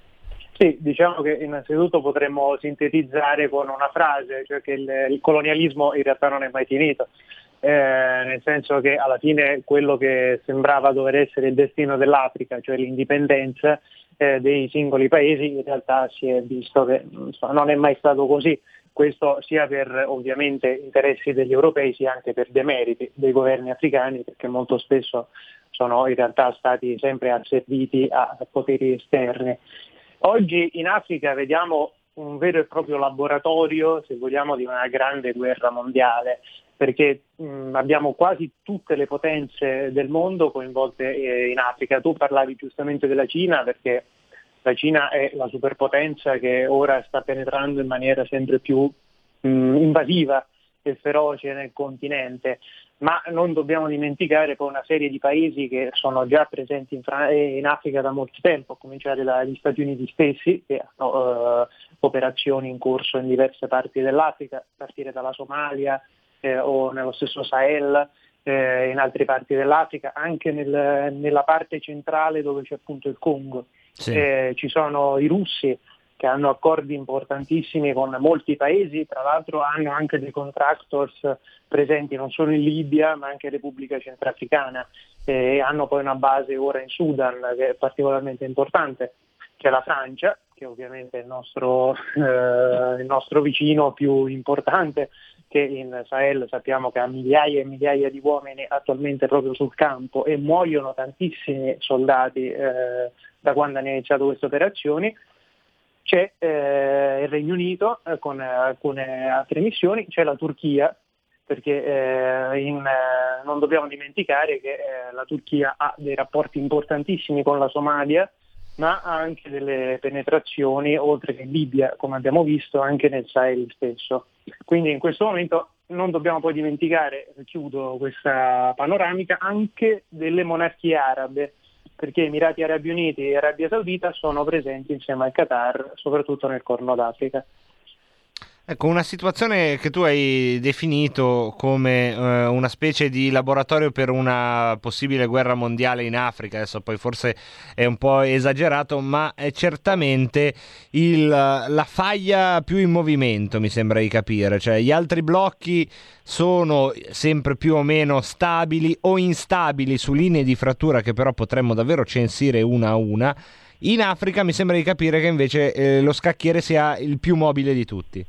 A: Sì, diciamo che innanzitutto potremmo sintetizzare con una frase, cioè che il, il colonialismo in realtà non è mai finito, eh, nel senso che alla fine quello che sembrava dover essere il destino dell'Africa, cioè l'indipendenza eh, dei singoli paesi, in realtà si è visto che non è mai stato così. Questo sia per ovviamente interessi degli europei, sia anche per demeriti dei governi africani, perché molto spesso sono in realtà stati sempre asserviti a poteri esterni. Oggi in Africa vediamo un vero e proprio laboratorio, se vogliamo, di una grande guerra mondiale, perché mh, abbiamo quasi tutte le potenze del mondo coinvolte eh, in Africa. Tu parlavi giustamente della Cina, perché la Cina è la superpotenza che ora sta penetrando in maniera sempre più mh, invasiva e feroce nel continente, ma non dobbiamo dimenticare poi una serie di paesi che sono già presenti in, Fra- in Africa da molto tempo, a cominciare dagli Stati Uniti stessi, che hanno eh, operazioni in corso in diverse parti dell'Africa, a partire dalla Somalia eh, o nello stesso Sahel, eh, in altre parti dell'Africa, anche nel, nella parte centrale dove c'è appunto il Congo. Sì. Eh, ci sono i russi che hanno accordi importantissimi con molti paesi, tra l'altro hanno anche dei contractors presenti non solo in Libia ma anche in Repubblica Centrafricana, e eh, hanno poi una base ora in Sudan che è particolarmente importante. C'è la Francia, che ovviamente è il nostro, eh, il nostro vicino più importante, che in Sahel sappiamo che ha migliaia e migliaia di uomini attualmente proprio sul campo e muoiono tantissimi soldati eh, da quando hanno iniziato queste operazioni. C'è eh, il Regno Unito eh, con alcune altre missioni, c'è la Turchia, perché eh, in, eh, non dobbiamo dimenticare che eh, la Turchia ha dei rapporti importantissimi con la Somalia, ma ha anche delle penetrazioni oltre che in Libia, come abbiamo visto, anche nel Sahel stesso. Quindi in questo momento non dobbiamo poi dimenticare, chiudo questa panoramica, anche delle monarchie arabe, perché Emirati Arabi Uniti e Arabia Saudita sono presenti insieme al Qatar, soprattutto nel Corno d'Africa.
C: Ecco, una situazione che tu hai definito come eh, una specie di laboratorio per una possibile guerra mondiale in Africa. Adesso poi forse è un po' esagerato, ma è certamente il, la faglia più in movimento, mi sembra di capire. Cioè, gli altri blocchi sono sempre più o meno stabili o instabili su linee di frattura che però potremmo davvero censire una a una. In Africa mi sembra di capire che invece eh, lo scacchiere sia il più mobile di tutti.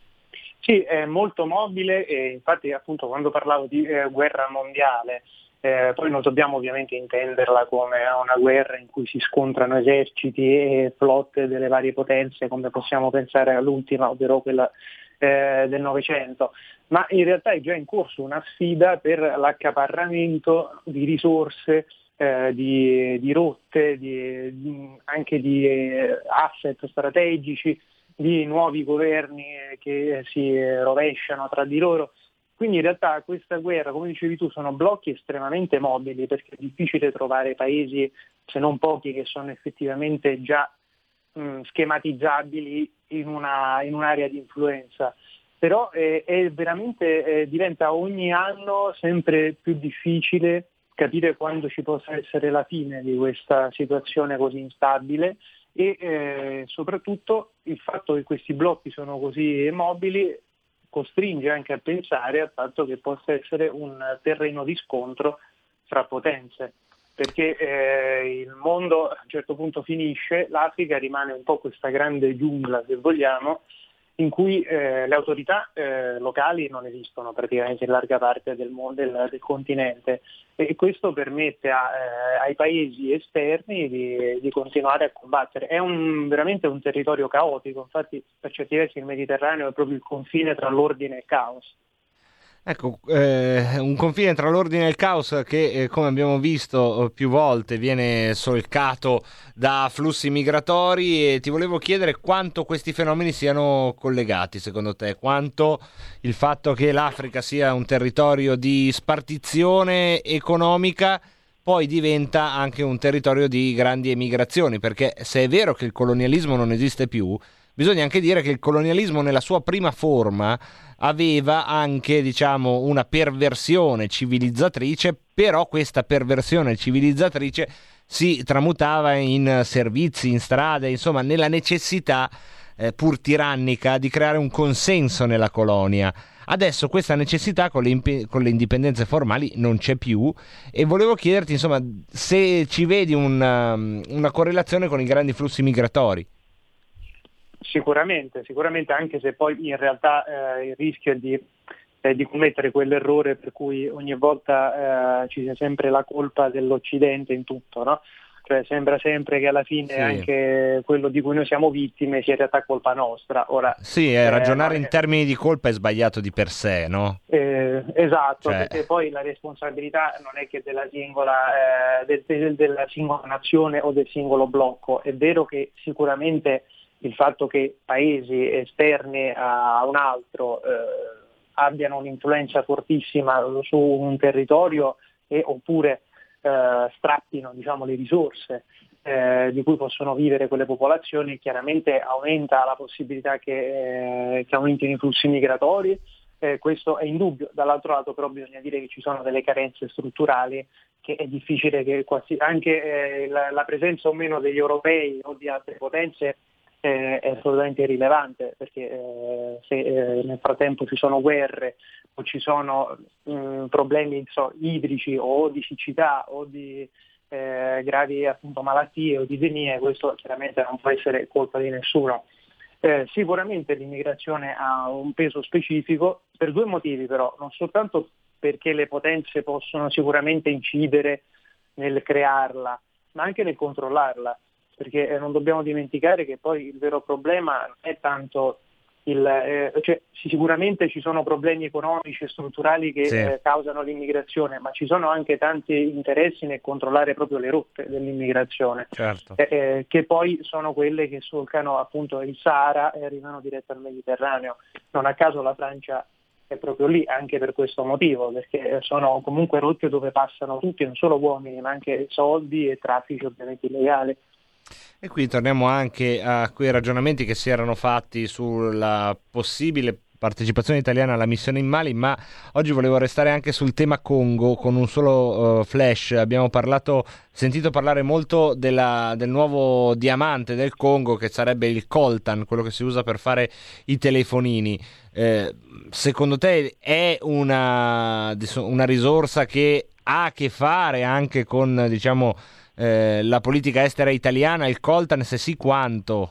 A: Sì, è molto mobile e infatti appunto quando parlavo di eh, guerra mondiale, eh, poi non dobbiamo ovviamente intenderla come una guerra in cui si scontrano eserciti e flotte delle varie potenze come possiamo pensare all'ultima, ovvero quella eh, del Novecento, ma in realtà è già in corso una sfida per l'accaparramento di risorse, eh, di, di rotte, di, di, anche di eh, asset strategici, di nuovi governi che si rovesciano tra di loro. Quindi in realtà questa guerra, come dicevi tu, sono blocchi estremamente mobili, perché è difficile trovare paesi, se non pochi, che sono effettivamente già mh, schematizzabili in, una, in un'area di influenza. Però eh, è veramente eh, diventa ogni anno sempre più difficile capire quando ci possa essere la fine di questa situazione così instabile e eh, soprattutto il fatto che questi blocchi sono così mobili costringe anche a pensare al fatto che possa essere un terreno di scontro fra potenze, perché eh, il mondo a un certo punto finisce, l'Africa rimane un po' questa grande giungla, se vogliamo, in cui eh, le autorità eh, locali non esistono praticamente in larga parte del, mondo, del, del continente, e questo permette a, eh, ai paesi esterni di, di continuare a combattere. È un, veramente un territorio caotico, infatti per certi versi il Mediterraneo è proprio il confine tra l'ordine e il caos.
C: Ecco, eh, un confine tra l'ordine e il caos che, eh, come abbiamo visto eh, più volte, viene solcato da flussi migratori, e ti volevo chiedere quanto questi fenomeni siano collegati, secondo te, quanto il fatto che l'Africa sia un territorio di spartizione economica poi diventa anche un territorio di grandi emigrazioni, perché se è vero che il colonialismo non esiste più, bisogna anche dire che il colonialismo nella sua prima forma aveva anche, diciamo, una perversione civilizzatrice, però questa perversione civilizzatrice si tramutava in servizi, in strade, insomma nella necessità eh, pur tirannica di creare un consenso nella colonia. Adesso questa necessità con le, imp- con le indipendenze formali non c'è più, e volevo chiederti, insomma, se ci vedi una, una correlazione con i grandi flussi migratori.
A: Sicuramente, sicuramente, anche se poi in realtà eh, il rischio è di, eh, di commettere quell'errore per cui ogni volta eh, ci sia sempre la colpa dell'Occidente in tutto, no? Cioè sembra sempre che alla fine sì, anche quello di cui noi siamo vittime sia in realtà colpa nostra. Ora,
C: sì, eh, ragionare
A: eh,
C: in termini di colpa è sbagliato di per sé, no?
A: Eh, esatto,
C: cioè...
A: perché poi la responsabilità non è che della singola, eh, del, del, della singola nazione o del singolo blocco. È vero che sicuramente il fatto che paesi esterni a un altro eh, abbiano un'influenza fortissima su un territorio e oppure eh, strappino, diciamo, le risorse eh, di cui possono vivere quelle popolazioni, chiaramente aumenta la possibilità che, eh, che aumentino i flussi migratori, eh, questo è indubbio. Dall'altro lato però bisogna dire che ci sono delle carenze strutturali, che è difficile che quasi, anche eh, la, la presenza o meno degli europei o di altre potenze Eh, è assolutamente irrilevante, perché eh, se eh, nel frattempo ci sono guerre o ci sono mh, problemi so, idrici o di siccità o di eh, gravi appunto malattie o epidemie, questo chiaramente non può essere colpa di nessuno. Eh, sicuramente l'immigrazione ha un peso specifico per due motivi, però non soltanto perché le potenze possono sicuramente incidere nel crearla, ma anche nel controllarla, perché eh, non dobbiamo dimenticare che poi il vero problema non è tanto il, eh, cioè sicuramente ci sono problemi economici e strutturali che sì. eh, causano l'immigrazione, ma ci sono anche tanti interessi nel controllare proprio le rotte dell'immigrazione,
C: certo.
A: eh, eh, che poi sono quelle che solcano appunto il Sahara e arrivano diretto al Mediterraneo. Non a caso la Francia è proprio lì anche per questo motivo, perché sono comunque rotte dove passano tutti, non solo uomini, ma anche soldi e traffici ovviamente illegali.
C: E qui torniamo anche a quei ragionamenti che si erano fatti sulla possibile partecipazione italiana alla missione in Mali, ma oggi volevo restare anche sul tema Congo con un solo uh, flash. Abbiamo parlato, sentito parlare molto della, del nuovo diamante del Congo, che sarebbe il coltan, quello che si usa per fare i telefonini. Eh, secondo te è una, una risorsa che ha a che fare anche con, diciamo, Eh, la politica estera italiana, il coltan? Se sì, quanto?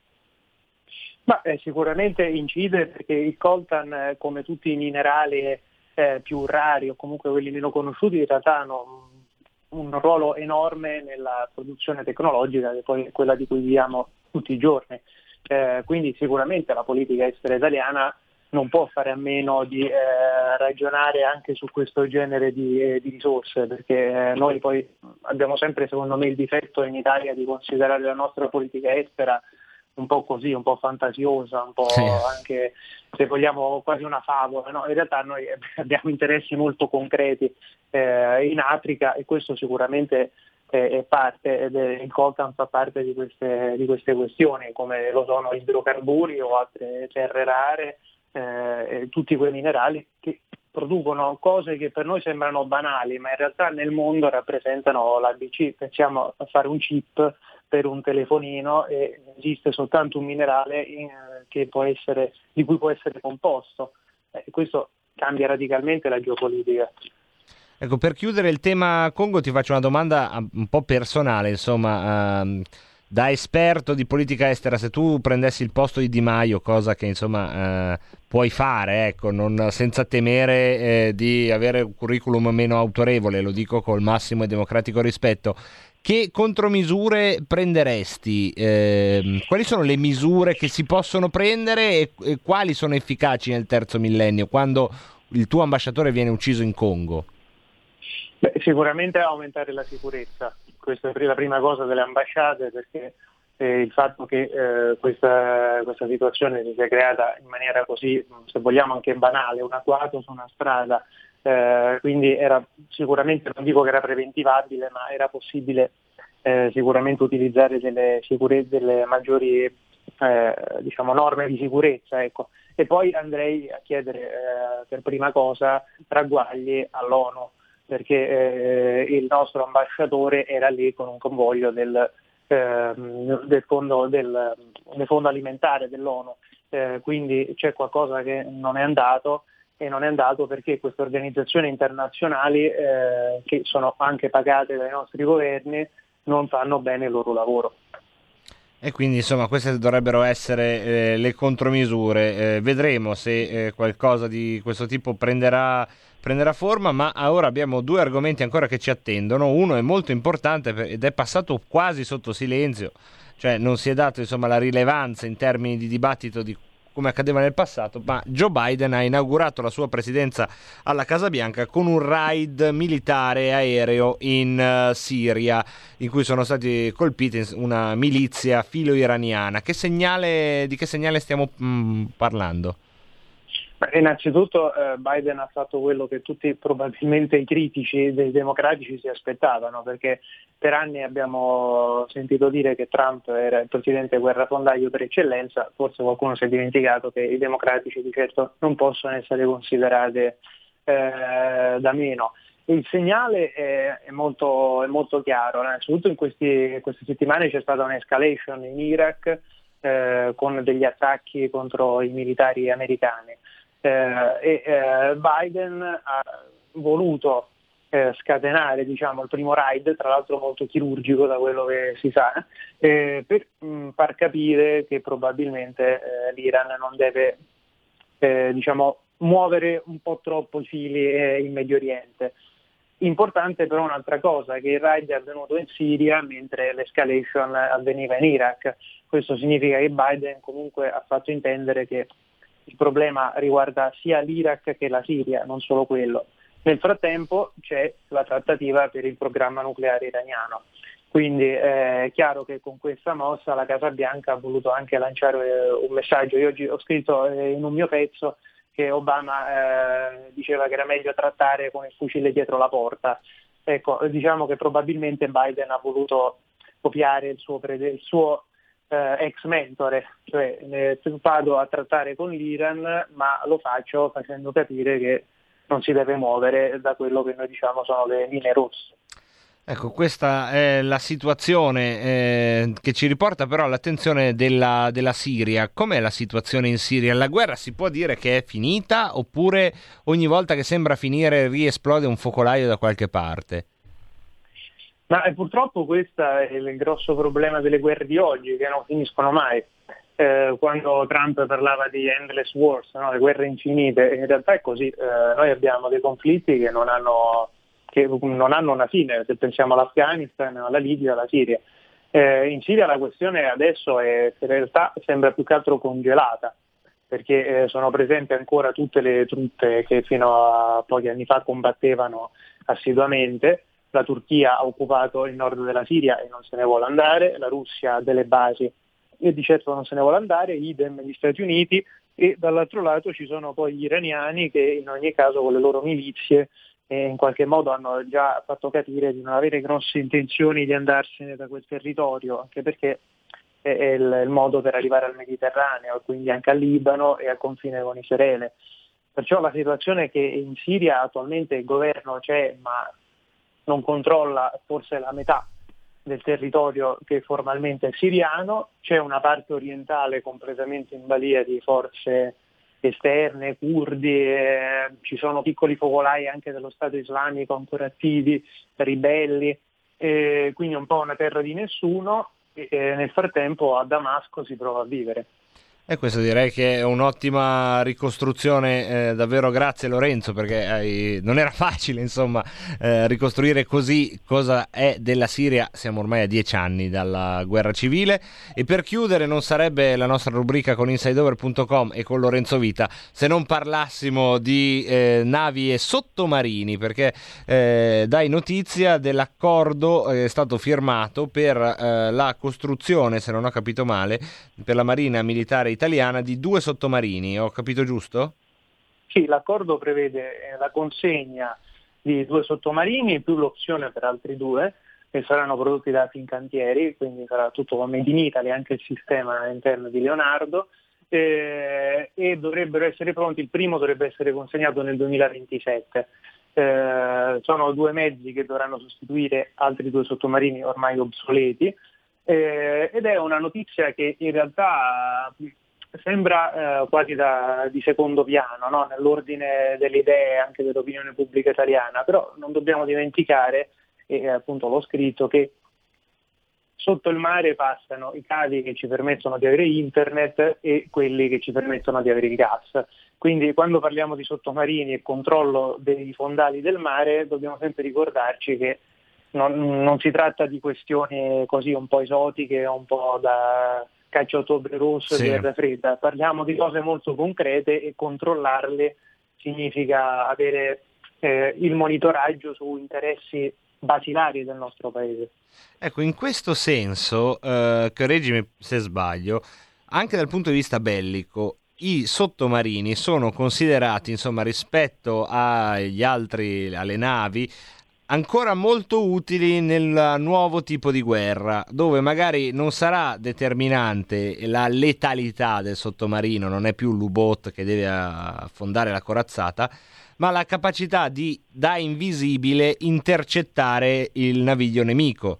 A: Ma eh, sicuramente incide, perché il coltan, eh, come tutti i minerali eh, più rari o comunque quelli meno conosciuti, in realtà hanno un, un ruolo enorme nella produzione tecnologica, che poi è quella di cui viviamo tutti i giorni. Eh, quindi sicuramente la politica estera italiana non può fare a meno di eh, ragionare anche su questo genere di, eh, di risorse, perché eh, noi poi abbiamo sempre, secondo me, il difetto in Italia di considerare la nostra politica estera un po' così, un po' fantasiosa, un po' sì. anche, se vogliamo, quasi una favola. No? In realtà noi abbiamo interessi molto concreti eh, in Africa, e questo sicuramente eh, è parte, ed è, il Coltan fa parte di queste, di queste questioni, come lo sono idrocarburi o altre terre rare, eh, tutti quei minerali che producono cose che per noi sembrano banali, ma in realtà nel mondo rappresentano l'A B C. Pensiamo a fare un chip per un telefonino e esiste soltanto un minerale in, che può essere, di cui può essere composto. Eh, questo cambia radicalmente la geopolitica.
C: Ecco, per chiudere il tema Congo ti faccio una domanda un po' personale, insomma, uh, da esperto di politica estera, se tu prendessi il posto di Di Maio, cosa che insomma uh, puoi fare, ecco, non, senza temere eh, di avere un curriculum meno autorevole, lo dico col massimo e democratico rispetto, che contromisure prenderesti? Eh, quali sono le misure che si possono prendere e, e quali sono efficaci nel terzo millennio, quando il tuo ambasciatore viene ucciso in Congo?
A: Beh, sicuramente aumentare la sicurezza, questa è la prima cosa delle ambasciate, perché eh, il fatto che eh, questa, questa situazione si sia creata in maniera così, se vogliamo anche banale, un agguato su una strada, eh, quindi era sicuramente, non dico che era preventivabile, ma era possibile eh, sicuramente utilizzare delle, sicure, delle maggiori eh, diciamo, norme di sicurezza, ecco. E poi andrei a chiedere eh, per prima cosa ragguagli all'ONU, perché eh, il nostro ambasciatore era lì con un convoglio del, eh, del, fondo, del, del fondo alimentare dell'ONU, eh, quindi c'è qualcosa che non è andato, e non è andato perché queste organizzazioni internazionali, eh, che sono anche pagate dai nostri governi, non fanno bene il loro lavoro.
C: E quindi insomma queste dovrebbero essere eh, le contromisure. Eh, vedremo se eh, qualcosa di questo tipo prenderà, prenderà forma, ma ora abbiamo due argomenti ancora che ci attendono. Uno è molto importante ed è passato quasi sotto silenzio, cioè non si è dato insomma la rilevanza in termini di dibattito di come accadeva nel passato, ma Joe Biden ha inaugurato la sua presidenza alla Casa Bianca con un raid militare aereo in uh, Siria, in cui sono stati colpiti una milizia filo-iraniana. Che segnale, di che segnale stiamo mh, parlando?
A: Beh, innanzitutto eh, Biden ha fatto quello che tutti probabilmente i critici dei democratici si aspettavano, perché per anni abbiamo sentito dire che Trump era il presidente guerrafondaio per eccellenza. Forse qualcuno si è dimenticato che i democratici di certo non possono essere considerati eh, da meno. Il segnale è, è, molto, è molto chiaro. Innanzitutto in questi, queste settimane c'è stata un'escalation in Iraq eh, con degli attacchi contro i militari americani. Eh, e eh, Biden ha voluto eh, scatenare diciamo, il primo raid, tra l'altro molto chirurgico da quello che si sa, eh, per mh, far capire che probabilmente eh, l'Iran non deve eh, diciamo, muovere un po' troppo i fili eh, in Medio Oriente. Importante però un'altra cosa, che il raid è avvenuto in Siria mentre l'escalation avveniva in Iraq. Questo significa che Biden comunque ha fatto intendere che il problema riguarda sia l'Iraq che la Siria, non solo quello. Nel frattempo c'è la trattativa per il programma nucleare iraniano, quindi eh, è chiaro che con questa mossa la Casa Bianca ha voluto anche lanciare eh, un messaggio. Io oggi ho scritto eh, in un mio pezzo che Obama eh, diceva che era meglio trattare con il fucile dietro la porta. Ecco, diciamo che probabilmente Biden ha voluto copiare il suo, prede- il suo Eh, ex mentore, cioè eh, vado a trattare con l'Iran, ma lo faccio facendo capire che non si deve muovere da quello che noi diciamo sono le linee rosse.
C: Ecco, questa è la situazione eh, che ci riporta però all'attenzione della, della Siria. Com'è la situazione in Siria? La guerra si può dire che è finita, oppure ogni volta che sembra finire riesplode un focolaio da qualche parte?
A: Ma eh, purtroppo questo è il grosso problema delle guerre di oggi, che non finiscono mai. Eh, quando Trump parlava di endless wars, no? Le guerre infinite, in realtà è così. Eh, noi abbiamo dei conflitti che non hanno, che non hanno una fine, se pensiamo all'Afghanistan, alla Libia, alla Siria. Eh, in Siria la questione adesso è, in realtà sembra più che altro congelata. perché eh, sono presenti ancora tutte le truppe che fino a pochi anni fa combattevano assiduamente. La Turchia ha occupato il nord della Siria e non se ne vuole andare, la Russia ha delle basi e di certo non se ne vuole andare, idem gli Stati Uniti, e dall'altro lato ci sono poi gli iraniani che in ogni caso con le loro milizie eh, in qualche modo hanno già fatto capire di non avere grosse intenzioni di andarsene da quel territorio, anche perché è il, il modo per arrivare al Mediterraneo, quindi anche al Libano e al confine con Israele. Perciò la situazione è che in Siria attualmente il governo c'è, ma non controlla forse la metà del territorio che formalmente è siriano, c'è una parte orientale completamente in balia di forze esterne, curdi, eh, ci sono piccoli focolai anche dello Stato islamico ancora attivi, ribelli, eh, quindi è un po' una terra di nessuno, e eh, nel frattempo a Damasco si prova a vivere.
C: E questo direi che è un'ottima ricostruzione, eh, davvero grazie Lorenzo, perché hai... non era facile insomma eh, ricostruire così cosa è della Siria. Siamo ormai a dieci anni dalla guerra civile, e per chiudere non sarebbe la nostra rubrica con Insideover punto com e con Lorenzo Vita se non parlassimo di eh, navi e sottomarini, perché eh, dai notizia dell'accordo eh, è stato firmato per eh, la costruzione, se non ho capito male, per la Marina Militare Italiana di due sottomarini, ho capito giusto?
A: Sì, l'accordo prevede la consegna di due sottomarini più l'opzione per altri due che saranno prodotti da Fincantieri, quindi sarà tutto made in Italy, anche il sistema interno di Leonardo, eh, e dovrebbero essere pronti. Il primo dovrebbe essere consegnato nel duemilaventisette. Eh, sono due mezzi che dovranno sostituire altri due sottomarini ormai obsoleti, eh, ed è una notizia che in realtà sembra eh, quasi da, di secondo piano, no? Nell'ordine delle idee anche dell'opinione pubblica italiana, però non dobbiamo dimenticare, e eh, appunto l'ho scritto, che sotto il mare passano i cavi che ci permettono di avere internet e quelli che ci permettono di avere il gas. Quindi quando parliamo di sottomarini e controllo dei fondali del mare dobbiamo sempre ricordarci che non, non si tratta di questioni così un po' esotiche, un po' da caccia ottobre rosso e
C: sì.
A: guerra fredda. Parliamo di cose molto concrete e controllarle significa avere eh, il monitoraggio su interessi basilari del nostro paese.
C: Ecco, in questo senso, eh, correggimi se sbaglio, anche dal punto di vista bellico, i sottomarini sono considerati, insomma, rispetto agli altri, alle navi, ancora molto utili nel nuovo tipo di guerra, dove magari non sarà determinante la letalità del sottomarino, non è più l'U-boat che deve affondare la corazzata, ma la capacità di, da invisibile, intercettare il naviglio nemico.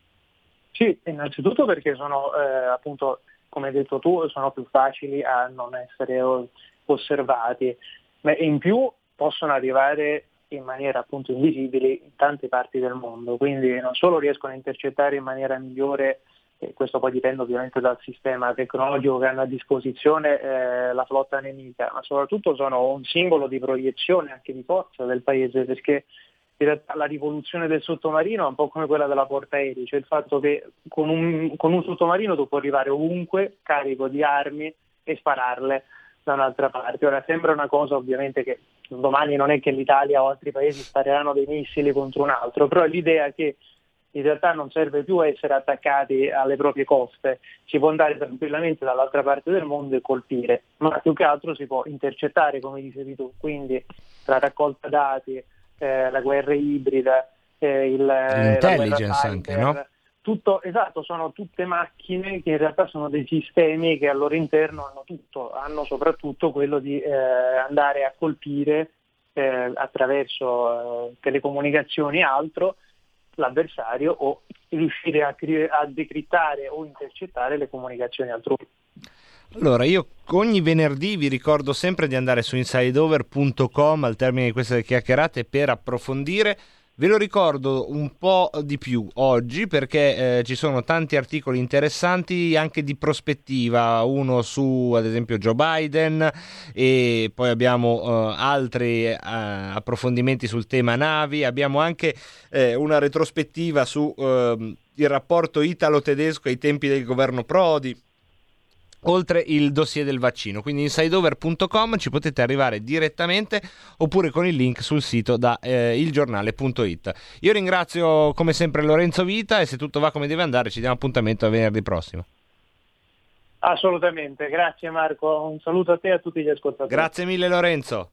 A: Sì, innanzitutto perché sono, eh, appunto, come hai detto tu, sono più facili a non essere osservati, ma in più possono arrivare in maniera appunto invisibile in tante parti del mondo, quindi non solo riescono a intercettare in maniera migliore, e questo poi dipende ovviamente dal sistema tecnologico che hanno a disposizione eh, la flotta nemica, ma soprattutto sono un simbolo di proiezione anche di forza del paese, perché in realtà la rivoluzione del sottomarino è un po' come quella della portaerei, cioè il fatto che con un, con un sottomarino tu puoi arrivare ovunque carico di armi e spararle da un'altra parte. Ora sembra una cosa ovviamente che domani non è che l'Italia o altri paesi spareranno dei missili contro un altro, però l'idea che in realtà non serve più essere attaccati alle proprie coste, si può andare tranquillamente dall'altra parte del mondo e colpire, ma più che altro si può intercettare, come dicevi tu, quindi la raccolta dati, eh, la guerra ibrida, eh, il,
C: l'intelligence anche, no?
A: Tutto, esatto, sono tutte macchine che in realtà sono dei sistemi che al loro interno hanno tutto, hanno soprattutto quello di eh, andare a colpire eh, attraverso eh, telecomunicazioni e altro l'avversario, o riuscire a, cri- a decrittare o intercettare le comunicazioni altrui.
C: Allora, io ogni venerdì vi ricordo sempre di andare su insideover punto com al termine di queste chiacchierate per approfondire. Ve lo ricordo un po' di più oggi perché eh, ci sono tanti articoli interessanti anche di prospettiva, uno su ad esempio Joe Biden, e poi abbiamo eh, altri eh, approfondimenti sul tema navi, abbiamo anche eh, una retrospettiva su eh, il rapporto italo-tedesco ai tempi del governo Prodi. oltre il dossier del vaccino. Quindi insideover punto com ci potete arrivare direttamente oppure con il link sul sito da eh, ilgiornale punto it. Io ringrazio come sempre Lorenzo Vita e se tutto va come deve andare ci diamo appuntamento a venerdì prossimo.
A: Assolutamente, grazie Marco, un saluto a te e a tutti gli ascoltatori.
C: Grazie mille Lorenzo.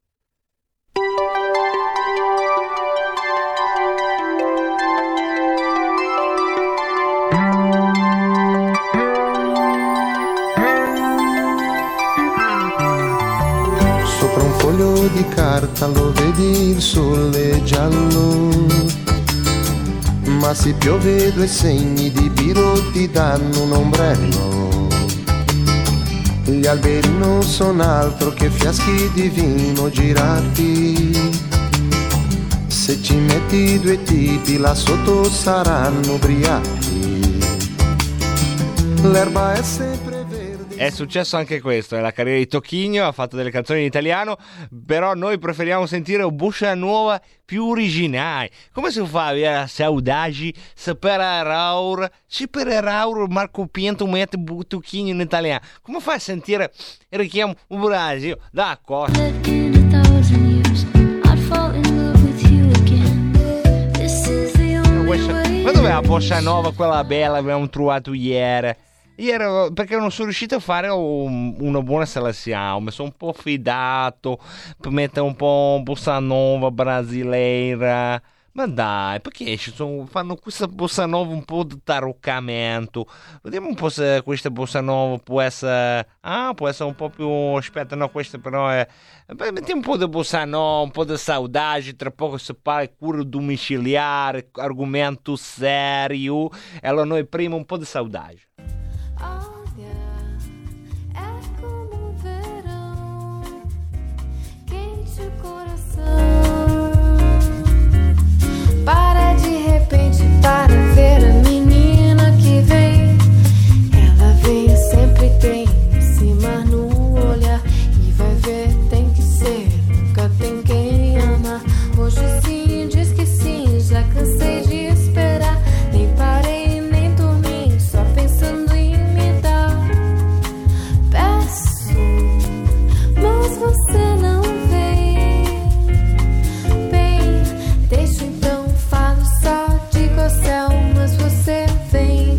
W: Sopra un foglio di carta lo vedi il sole giallo, ma se piove due segni di biro ti danno un ombrello. Gli alberi non sono altro che fiaschi di vino girati, se ci metti due tipi là sotto saranno ubriachi. L'erba è sempre verde.
C: È successo anche questo, è la carriera di Tocchigno, ha fatto delle canzoni in italiano, però noi preferiamo sentire bossa nuova più originale. Come si fa a avere saudade se per Araur, se per Araur Marco Pinto mette Tocchigno in italiano? Come fai a sentire il richiamo un Brasil? D'accordo. Ma dov'è la bossa nuova, quella bella che abbiamo trovato ieri? Ieri perché non sono riuscito a fare un, una buona selezione, mi sono un po' fidato per mettere un po' bossa nova brasileira. Ma dai, perché ci sono, fanno questa bossa nova un po' di taroccamento? Vediamo un po' se questa bossa nova può essere, ah, può essere un po' più, aspetta, no, questa però è, beh, mettiamo un po' di bossa nova, un po' di saudade, tra poco si parla cura domiciliare, argomento serio, e allora noi prima un po' di saudade.
D: Para de repente para ver a menina que vem. Ela vem sempre tem esse mar no olhar e vai ver tem que ser, nunca tem quem ama. Hoje sim diz que sim, já cansei de esperar, nem parei nem dormi, só pensando em me dar. Peço, mas você não vem. Bem, deixa então. Só digo ao céu, mas você vem.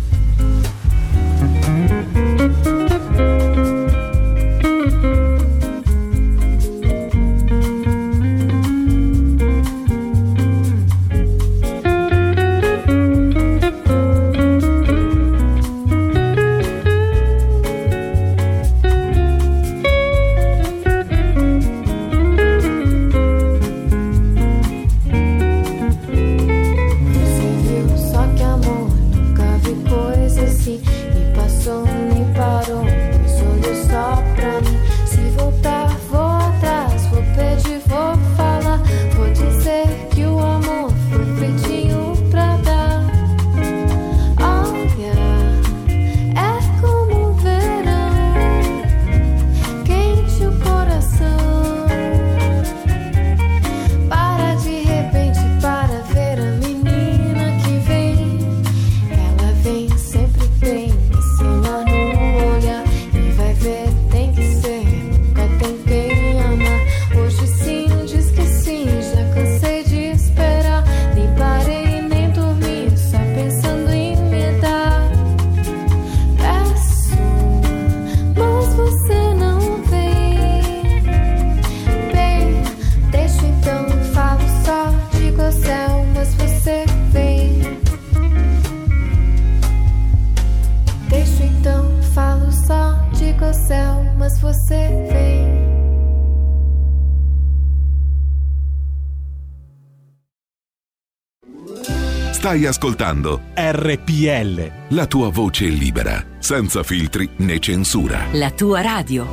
E: Stai ascoltando
I: R P L,
E: la tua voce libera, senza filtri né censura.
F: La tua radio.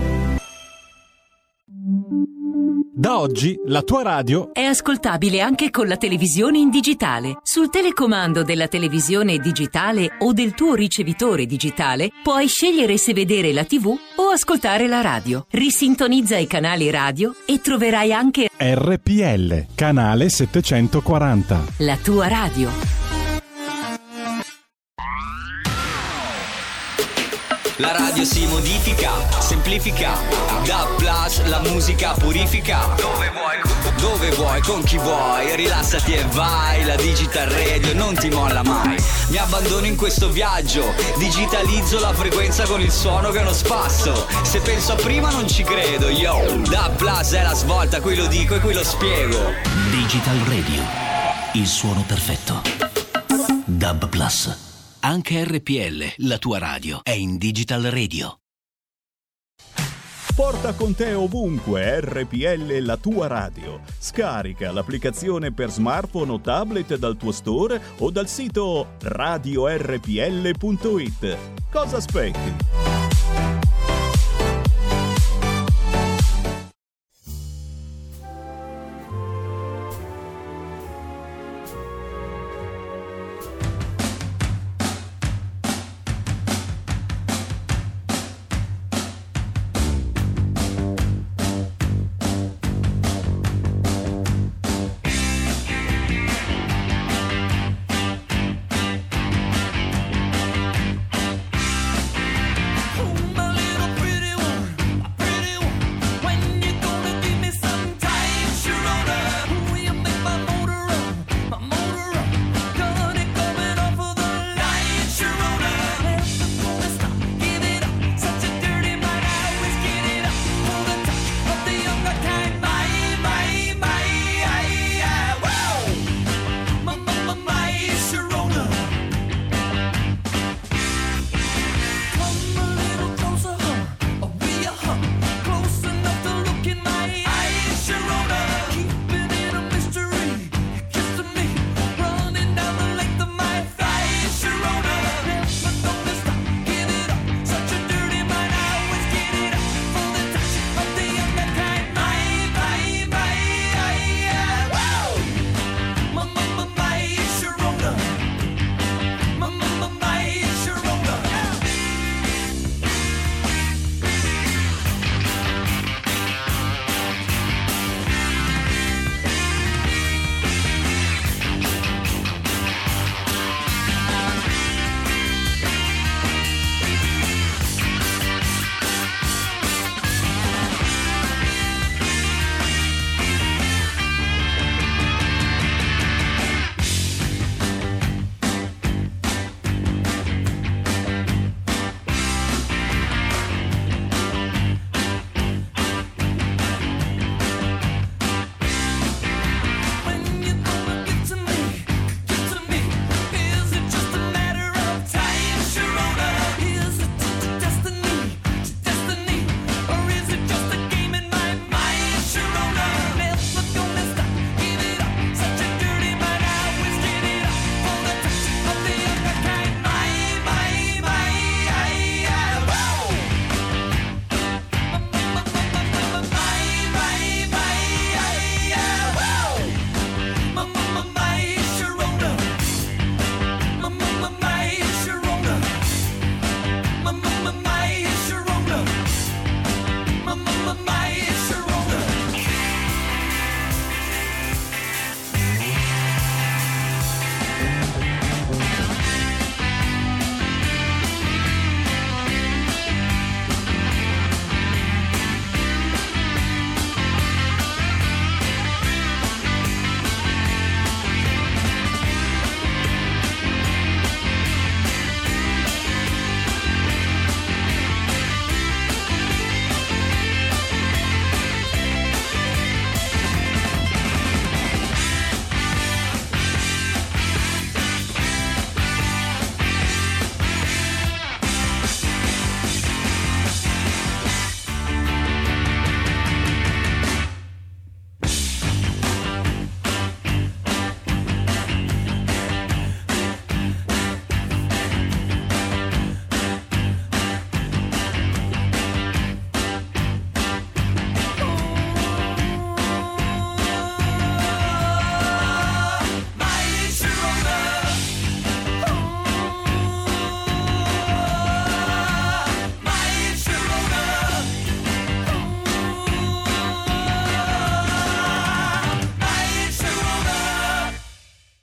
I: Da oggi la tua radio
F: è ascoltabile anche con la televisione in digitale. Sul telecomando della televisione digitale o del tuo ricevitore digitale puoi scegliere se vedere la tivù o ascoltare la radio. Risintonizza i canali radio e troverai anche
I: R P L, canale settecentoquaranta.
F: La tua radio.
G: La radio si modifica, semplifica. DAB Plus, la musica purifica. Dove vuoi, dove vuoi, con chi vuoi. Rilassati e vai, la Digital Radio non ti molla mai. Mi abbandono in questo viaggio, digitalizzo la frequenza con il suono che è uno spasso. Se penso a prima non ci credo, yo. DAB Plus è la svolta, qui lo dico e qui lo spiego.
H: Digital Radio, il suono perfetto. DAB Plus. Anche R P L, la tua radio, è in Digital Radio.
N: Porta con te ovunque R P L, la tua radio. Scarica l'applicazione per smartphone o tablet dal tuo store o dal sito radio r p l punto i t. Cosa aspetti?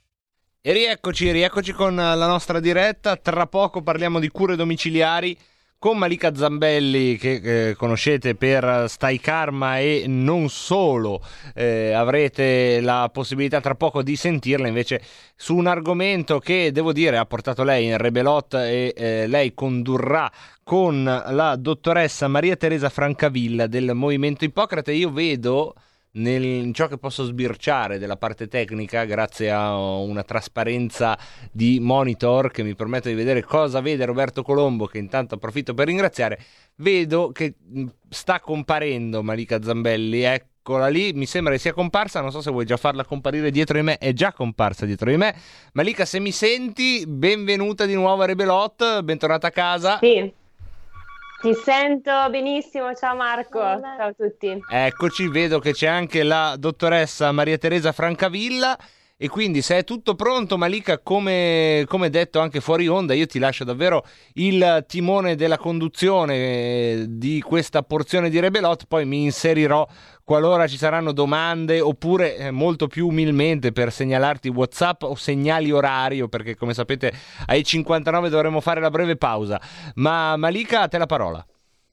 C: E rieccoci, rieccoci con la nostra diretta. Tra poco parliamo di cure domiciliari con Malika Zambelli, che eh, conoscete per Stai Karma e non solo. Eh, avrete la possibilità tra poco di sentirla invece su un argomento che, devo dire, ha portato lei in Rebelot e eh, lei condurrà con la dottoressa Maria Teresa Francavilla del Movimento Ippocrate. Io vedo nel, in ciò che posso sbirciare della parte tecnica, grazie a una trasparenza di monitor che mi permette di vedere cosa vede Roberto Colombo, che intanto approfitto per ringraziare, vedo che sta comparendo Malika Zambelli, eccola lì, mi sembra che sia comparsa, non so se vuoi già farla comparire dietro di me, è già comparsa dietro di me. Malika, se mi senti, benvenuta di nuovo a Rebelot, bentornata a casa.
B: Sì. Ti sento benissimo, ciao Marco, ciao a tutti.
C: Eccoci, vedo che c'è anche la dottoressa Maria Teresa Francavilla e quindi se è tutto pronto, Malika, come, come detto anche fuori onda, io ti lascio davvero il timone della conduzione di questa porzione di Rebelot, poi mi inserirò qualora ci saranno domande oppure eh, molto più umilmente per segnalarti WhatsApp o segnali orario, perché come sapete ai cinquantanove dovremo fare la breve pausa. Ma Malika, a te la parola.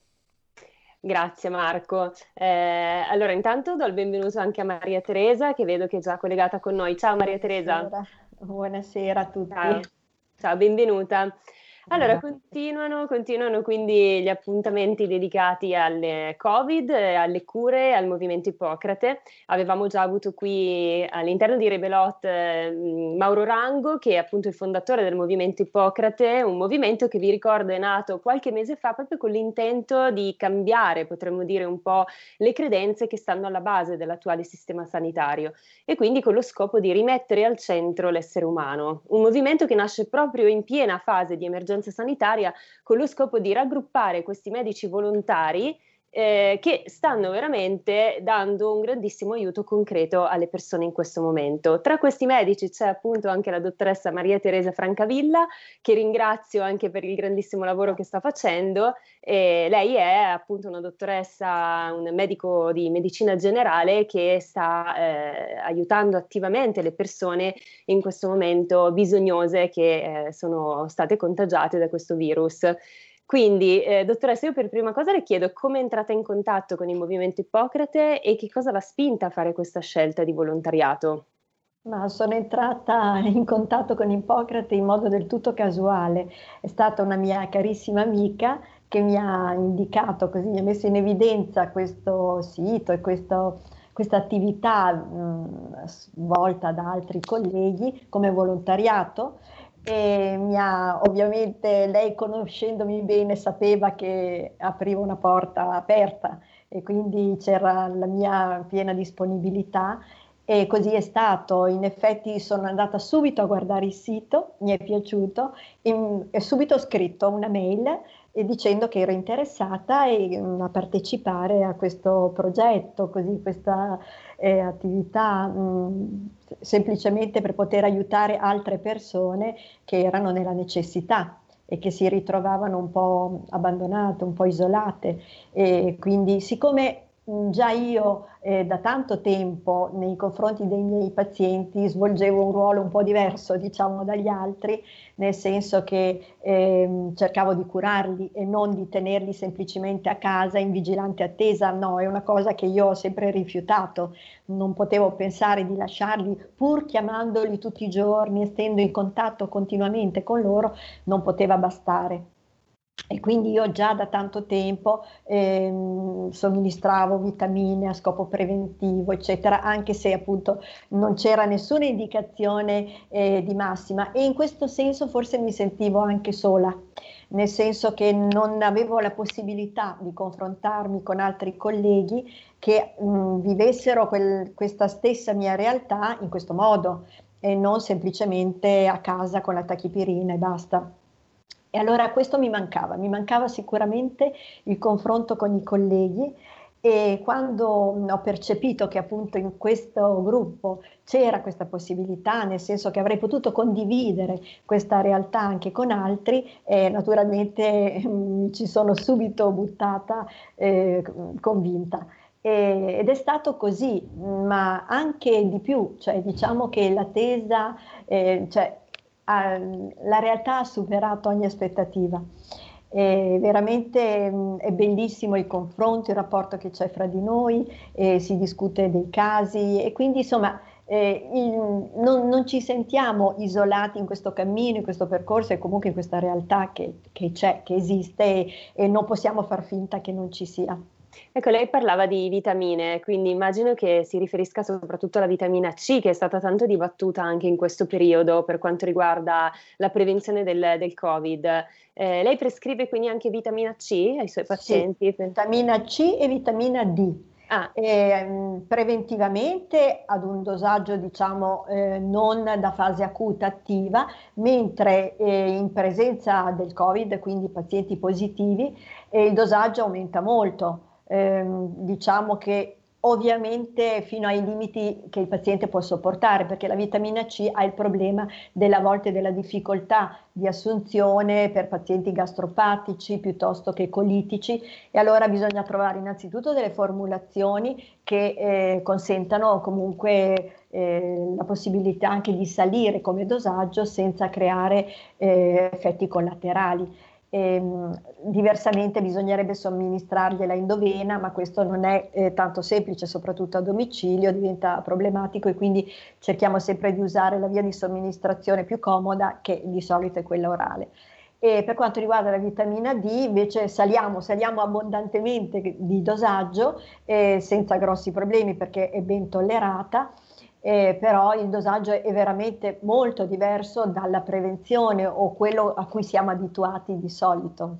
B: Grazie Marco. Eh, allora intanto do il benvenuto anche a Maria Teresa, che vedo che è già collegata con noi. Ciao Maria Teresa.
J: Buonasera, Buonasera a tutti.
B: Ciao, Ciao benvenuta. Allora, continuano, continuano quindi gli appuntamenti dedicati al Covid, alle cure, al movimento Ippocrate. Avevamo già avuto qui all'interno di Rebelot eh, Mauro Rango, che è appunto il fondatore del movimento Ippocrate, un movimento che vi ricordo è nato qualche mese fa proprio con l'intento di cambiare, potremmo dire, un po' le credenze che stanno alla base dell'attuale sistema sanitario e quindi con lo scopo di rimettere al centro l'essere umano. Un movimento che nasce proprio in piena fase di emergenza sanitaria con lo scopo di raggruppare questi medici volontari eh, che stanno veramente dando un grandissimo aiuto concreto alle persone in questo momento. Tra questi medici c'è appunto anche la dottoressa Maria Teresa Francavilla, che ringrazio anche per il grandissimo lavoro che sta facendo. E lei è appunto una dottoressa, un medico di medicina generale che sta eh, aiutando attivamente le persone in questo momento bisognose che eh, sono state contagiate da questo virus. Quindi, eh, dottoressa, io per prima cosa le chiedo come è entrata in contatto con il movimento Ippocrate e che cosa l'ha spinta a fare questa scelta di volontariato.
J: Ma sono entrata in contatto con Ippocrate in modo del tutto casuale. È stata una mia carissima amica che mi ha indicato, così mi ha messo in evidenza questo sito e questo, questa attività mh, svolta da altri colleghi come volontariato. E mi ha, ovviamente lei, conoscendomi bene, sapeva che aprivo una porta aperta e quindi c'era la mia piena disponibilità e così è stato. In effetti sono andata subito a guardare il sito, mi è piaciuto e, e subito ho scritto una mail e dicendo che ero interessata e, mh, a partecipare a questo progetto, così questa eh, attività mh, semplicemente per poter aiutare altre persone che erano nella necessità e che si ritrovavano un po' abbandonate, un po' isolate. E quindi, siccome già io eh, da tanto tempo nei confronti dei miei pazienti svolgevo un ruolo un po' diverso, diciamo, dagli altri, nel senso che eh, cercavo di curarli e non di tenerli semplicemente a casa in vigilante attesa. No, è una cosa che io ho sempre rifiutato. Non potevo pensare di lasciarli, pur chiamandoli tutti i giorni e stando in contatto continuamente con loro, non poteva bastare. E quindi io già da tanto tempo ehm, somministravo vitamine a scopo preventivo, eccetera, anche se appunto non c'era nessuna indicazione eh, di massima, e in questo senso forse mi sentivo anche sola, nel senso che non avevo la possibilità di confrontarmi con altri colleghi che mh, vivessero quel, questa stessa mia realtà in questo modo e non semplicemente a casa con la tachipirina e basta. E allora questo mi mancava, mi mancava sicuramente il confronto con i colleghi, e quando ho percepito che appunto in questo gruppo c'era questa possibilità, nel senso che avrei potuto condividere questa realtà anche con altri, eh, naturalmente mi ci sono subito buttata eh, convinta. E, ed è stato così, ma anche di più, cioè diciamo che l'attesa, eh, cioè, la realtà ha superato ogni aspettativa, E veramente mh, è bellissimo il confronto, il rapporto che c'è fra di noi, e si discute dei casi e quindi insomma eh, il, non, non ci sentiamo isolati in questo cammino, in questo percorso e comunque in questa realtà che, che c'è, che esiste e, e non possiamo far finta che non ci sia.
B: Ecco, lei parlava di vitamine, quindi immagino che si riferisca soprattutto alla vitamina C, che è stata tanto dibattuta anche in questo periodo per quanto riguarda la prevenzione del, del Covid. Eh, lei prescrive quindi anche vitamina C ai suoi pazienti?
J: Sì, vitamina C e vitamina D.
B: Ah.
J: Eh, preventivamente ad un dosaggio diciamo eh, non da fase acuta attiva, mentre eh, in presenza del Covid, quindi pazienti positivi, eh, il dosaggio aumenta molto. Eh, diciamo che ovviamente fino ai limiti che il paziente può sopportare, perché la vitamina C ha il problema della volte della difficoltà di assunzione per pazienti gastropatici piuttosto che colitici, e allora bisogna trovare innanzitutto delle formulazioni che eh, consentano comunque eh, la possibilità anche di salire come dosaggio senza creare eh, effetti collaterali. E, diversamente bisognerebbe somministrargliela endovena, ma questo non è eh, tanto semplice, soprattutto a domicilio diventa problematico, e quindi cerchiamo sempre di usare la via di somministrazione più comoda, che di solito è quella orale. E per quanto riguarda la vitamina D invece saliamo, saliamo abbondantemente di dosaggio eh, senza grossi problemi perché è ben tollerata. Eh, però il dosaggio è veramente molto diverso dalla prevenzione o quello a cui siamo abituati di solito.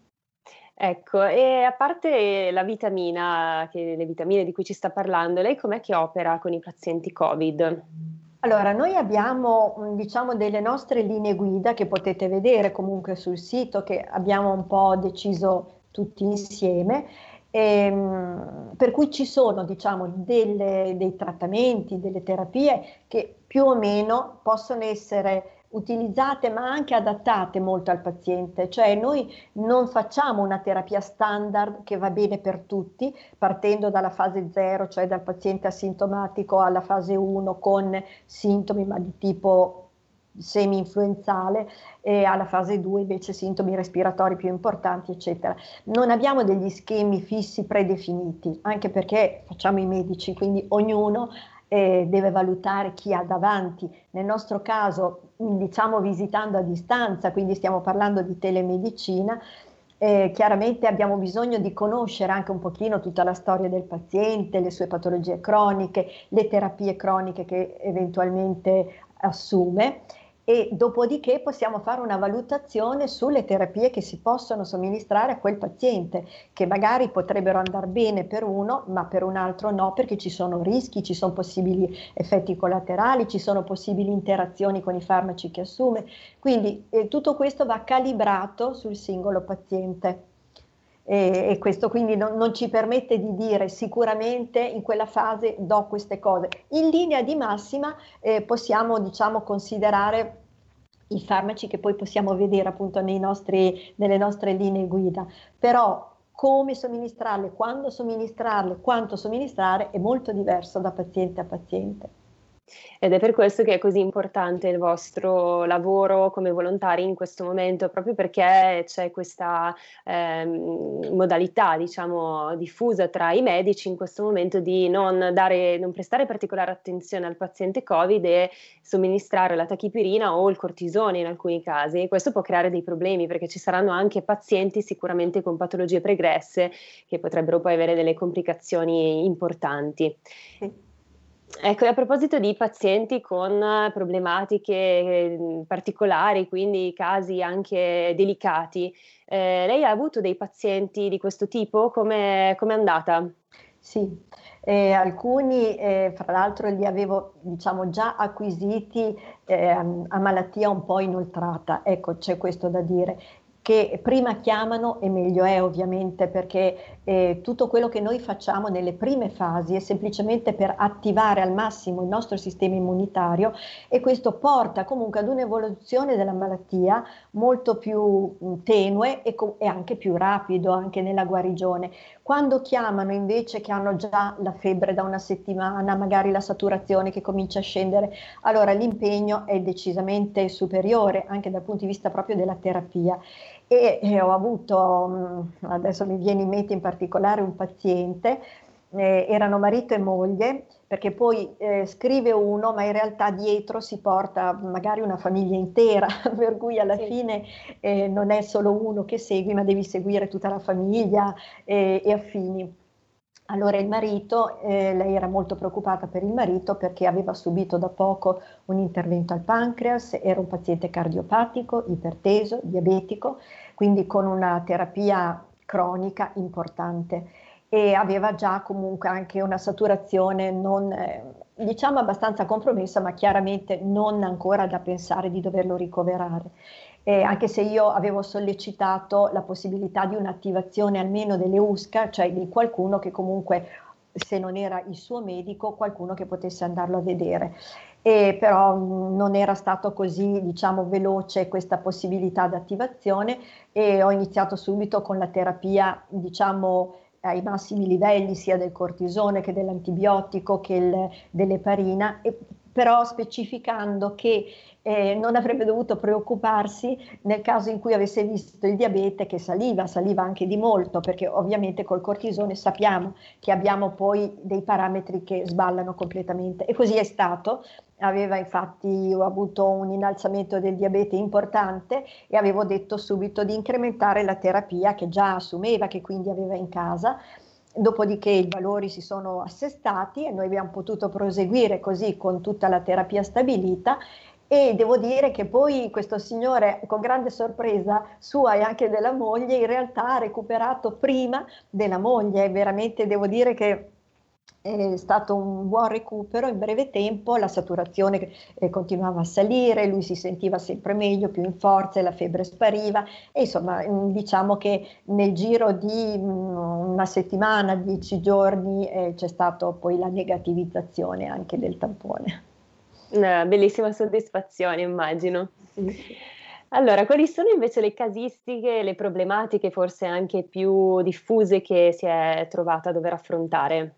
B: Ecco, e a parte la vitamina, che, le vitamine di cui ci sta parlando, lei com'è che opera con i pazienti Covid?
J: Allora, noi abbiamo diciamo delle nostre linee guida che potete vedere comunque sul sito, che abbiamo un po' deciso tutti insieme. Ehm, per cui ci sono diciamo delle, dei trattamenti, delle terapie che più o meno possono essere utilizzate ma anche adattate molto al paziente, cioè noi non facciamo una terapia standard che va bene per tutti, partendo dalla fase zero, cioè dal paziente asintomatico, alla fase uno con sintomi ma di tipo semi-influenzale, e alla fase due invece sintomi respiratori più importanti, eccetera. Non abbiamo degli schemi fissi predefiniti, anche perché facciamo i medici, quindi ognuno eh, deve valutare chi ha davanti. Nel nostro caso, diciamo visitando a distanza, quindi stiamo parlando di telemedicina, eh, chiaramente abbiamo bisogno di conoscere anche un pochino tutta la storia del paziente, le sue patologie croniche, le terapie croniche che eventualmente assume, e dopodiché possiamo fare una valutazione sulle terapie che si possono somministrare a quel paziente, che magari potrebbero andare bene per uno ma per un altro no, perché ci sono rischi, ci sono possibili effetti collaterali, ci sono possibili interazioni con i farmaci che assume, quindi eh, tutto questo va calibrato sul singolo paziente. E, e questo quindi non, non ci permette di dire sicuramente in quella fase do queste cose. In linea di massima eh, possiamo diciamo considerare i farmaci che poi possiamo vedere appunto nei nostri, nelle nostre linee guida, però come somministrarle, quando somministrarle, quanto somministrare è molto diverso da paziente a paziente.
B: Ed è per questo che è così importante il vostro lavoro come volontari in questo momento, proprio perché c'è questa ehm, modalità, diciamo, diffusa tra i medici in questo momento di non dare, non prestare particolare attenzione al paziente Covid e somministrare la tachipirina o il cortisone in alcuni casi. Questo può creare dei problemi perché ci saranno anche pazienti sicuramente con patologie pregresse che potrebbero poi avere delle complicazioni importanti. Sì. Ecco, a proposito di pazienti con problematiche particolari, quindi casi anche delicati, eh, lei ha avuto dei pazienti di questo tipo? Come è andata?
J: Sì, eh, alcuni eh, fra l'altro li avevo diciamo già acquisiti eh, a malattia un po' inoltrata, ecco c'è questo da dire, che prima chiamano e meglio è ovviamente, perché eh, tutto quello che noi facciamo nelle prime fasi è semplicemente per attivare al massimo il nostro sistema immunitario, e questo porta comunque ad un'evoluzione della malattia molto più mh, tenue e, e anche più rapido anche nella guarigione. Quando chiamano invece che hanno già la febbre da una settimana, magari la saturazione che comincia a scendere, allora l'impegno è decisamente superiore anche dal punto di vista proprio della terapia. E, e ho avuto, adesso mi viene in mente in particolare un paziente, eh, erano marito e moglie, perché poi eh, scrive uno, ma in realtà dietro si porta magari una famiglia intera, per cui alla sì. fine eh, non è solo uno che segui, ma devi seguire tutta la famiglia eh, e affini. Allora il marito, eh, lei era molto preoccupata per il marito perché aveva subito da poco un intervento al pancreas, era un paziente cardiopatico, iperteso, diabetico, quindi con una terapia cronica importante. E aveva già comunque anche una saturazione non, eh, diciamo abbastanza compromessa, ma chiaramente non ancora da pensare di doverlo ricoverare. Eh, anche se io avevo sollecitato la possibilità di un'attivazione almeno delle U S C A, cioè di qualcuno che comunque, se non era il suo medico, qualcuno che potesse andarlo a vedere. E però mh, non era stato così, diciamo, veloce questa possibilità di attivazione e ho iniziato subito con la terapia, diciamo, ai massimi livelli sia del cortisone che dell'antibiotico che il, dell'eparina, e però specificando che eh, non avrebbe dovuto preoccuparsi nel caso in cui avesse visto il diabete che saliva, saliva anche di molto, perché ovviamente col cortisone sappiamo che abbiamo poi dei parametri che sballano completamente, e così è stato. Aveva infatti ho avuto un innalzamento del diabete importante e avevo detto subito di incrementare la terapia che già assumeva, che quindi aveva in casa. Dopodiché i valori si sono assestati e noi abbiamo potuto proseguire così con tutta la terapia stabilita, e devo dire che poi questo signore, con grande sorpresa sua e anche della moglie, in realtà ha recuperato prima della moglie. Veramente devo dire che è stato un buon recupero in breve tempo, la saturazione eh, continuava a salire, lui si sentiva sempre meglio, più in forza, e la febbre spariva, e insomma diciamo che nel giro di mh, una settimana, dieci giorni eh, c'è stata poi la negativizzazione anche del tampone.
B: Una bellissima soddisfazione, immagino. Sì. Allora, quali sono invece le casistiche, le problematiche forse anche più diffuse che si è trovata a dover affrontare?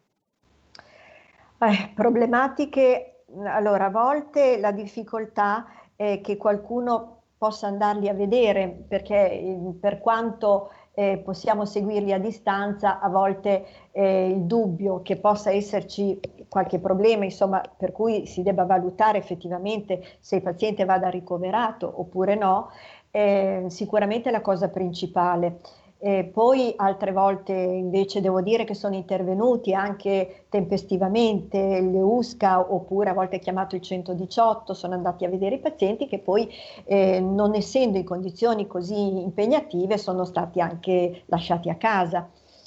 J: Eh, problematiche, allora a volte la difficoltà è che qualcuno possa andarli a vedere, perché eh, per quanto eh, possiamo seguirli a distanza, a volte eh, il dubbio che possa esserci qualche problema, insomma, per cui si debba valutare effettivamente se il paziente vada ricoverato oppure no, è sicuramente la cosa principale. E poi altre volte invece devo dire che sono intervenuti anche tempestivamente le U S C A, oppure a volte chiamato il centodiciotto, sono andati a vedere i pazienti che poi eh, non essendo in condizioni così impegnative sono stati anche lasciati a casa.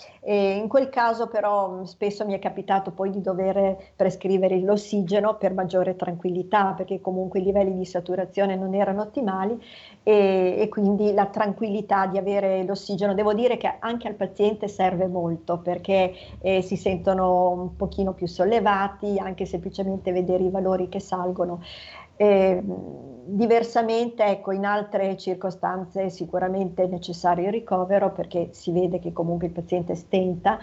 J: E in quel caso però spesso mi è capitato poi di dover prescrivere l'ossigeno per maggiore tranquillità, perché comunque i livelli di saturazione non erano ottimali, e, e quindi la tranquillità di avere l'ossigeno, devo dire che anche al paziente serve molto, perché eh, si sentono un pochino più sollevati, anche semplicemente vedere i valori che salgono. Eh, diversamente, ecco, in altre circostanze sicuramente è necessario il ricovero, perché si vede che comunque il paziente stenta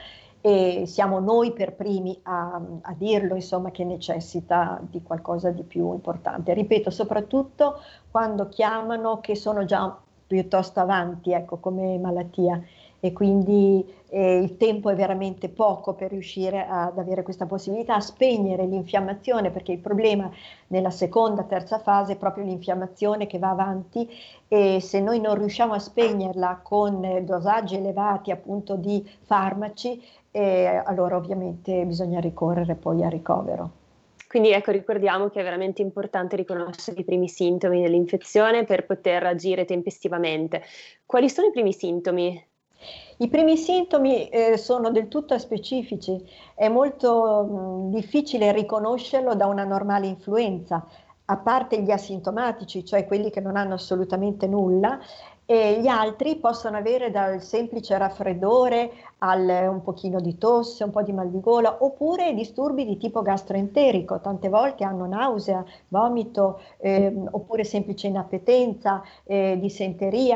J: e siamo noi per primi a, a dirlo, insomma, che necessita di qualcosa di più importante. Ripeto, soprattutto quando chiamano che sono già piuttosto avanti, ecco, come malattia, e quindi eh, il tempo è veramente poco per riuscire ad avere questa possibilità, a spegnere l'infiammazione, perché il problema nella seconda, terza fase è proprio l'infiammazione che va avanti, e se noi non riusciamo a spegnerla con eh, dosaggi elevati appunto di farmaci, eh, allora ovviamente bisogna ricorrere poi al ricovero.
B: Quindi ecco, ricordiamo che è veramente importante riconoscere i primi sintomi dell'infezione per poter agire tempestivamente. Quali sono i primi sintomi?
J: I primi sintomi eh, sono del tutto specifici, è molto mh, difficile riconoscerlo da una normale influenza, a parte gli asintomatici, cioè quelli che non hanno assolutamente nulla, e gli altri possono avere dal semplice raffreddore al un pochino di tosse, un po' di mal di gola, oppure disturbi di tipo gastroenterico, tante volte hanno nausea, vomito, eh, oppure semplice inappetenza, eh, dissenteria.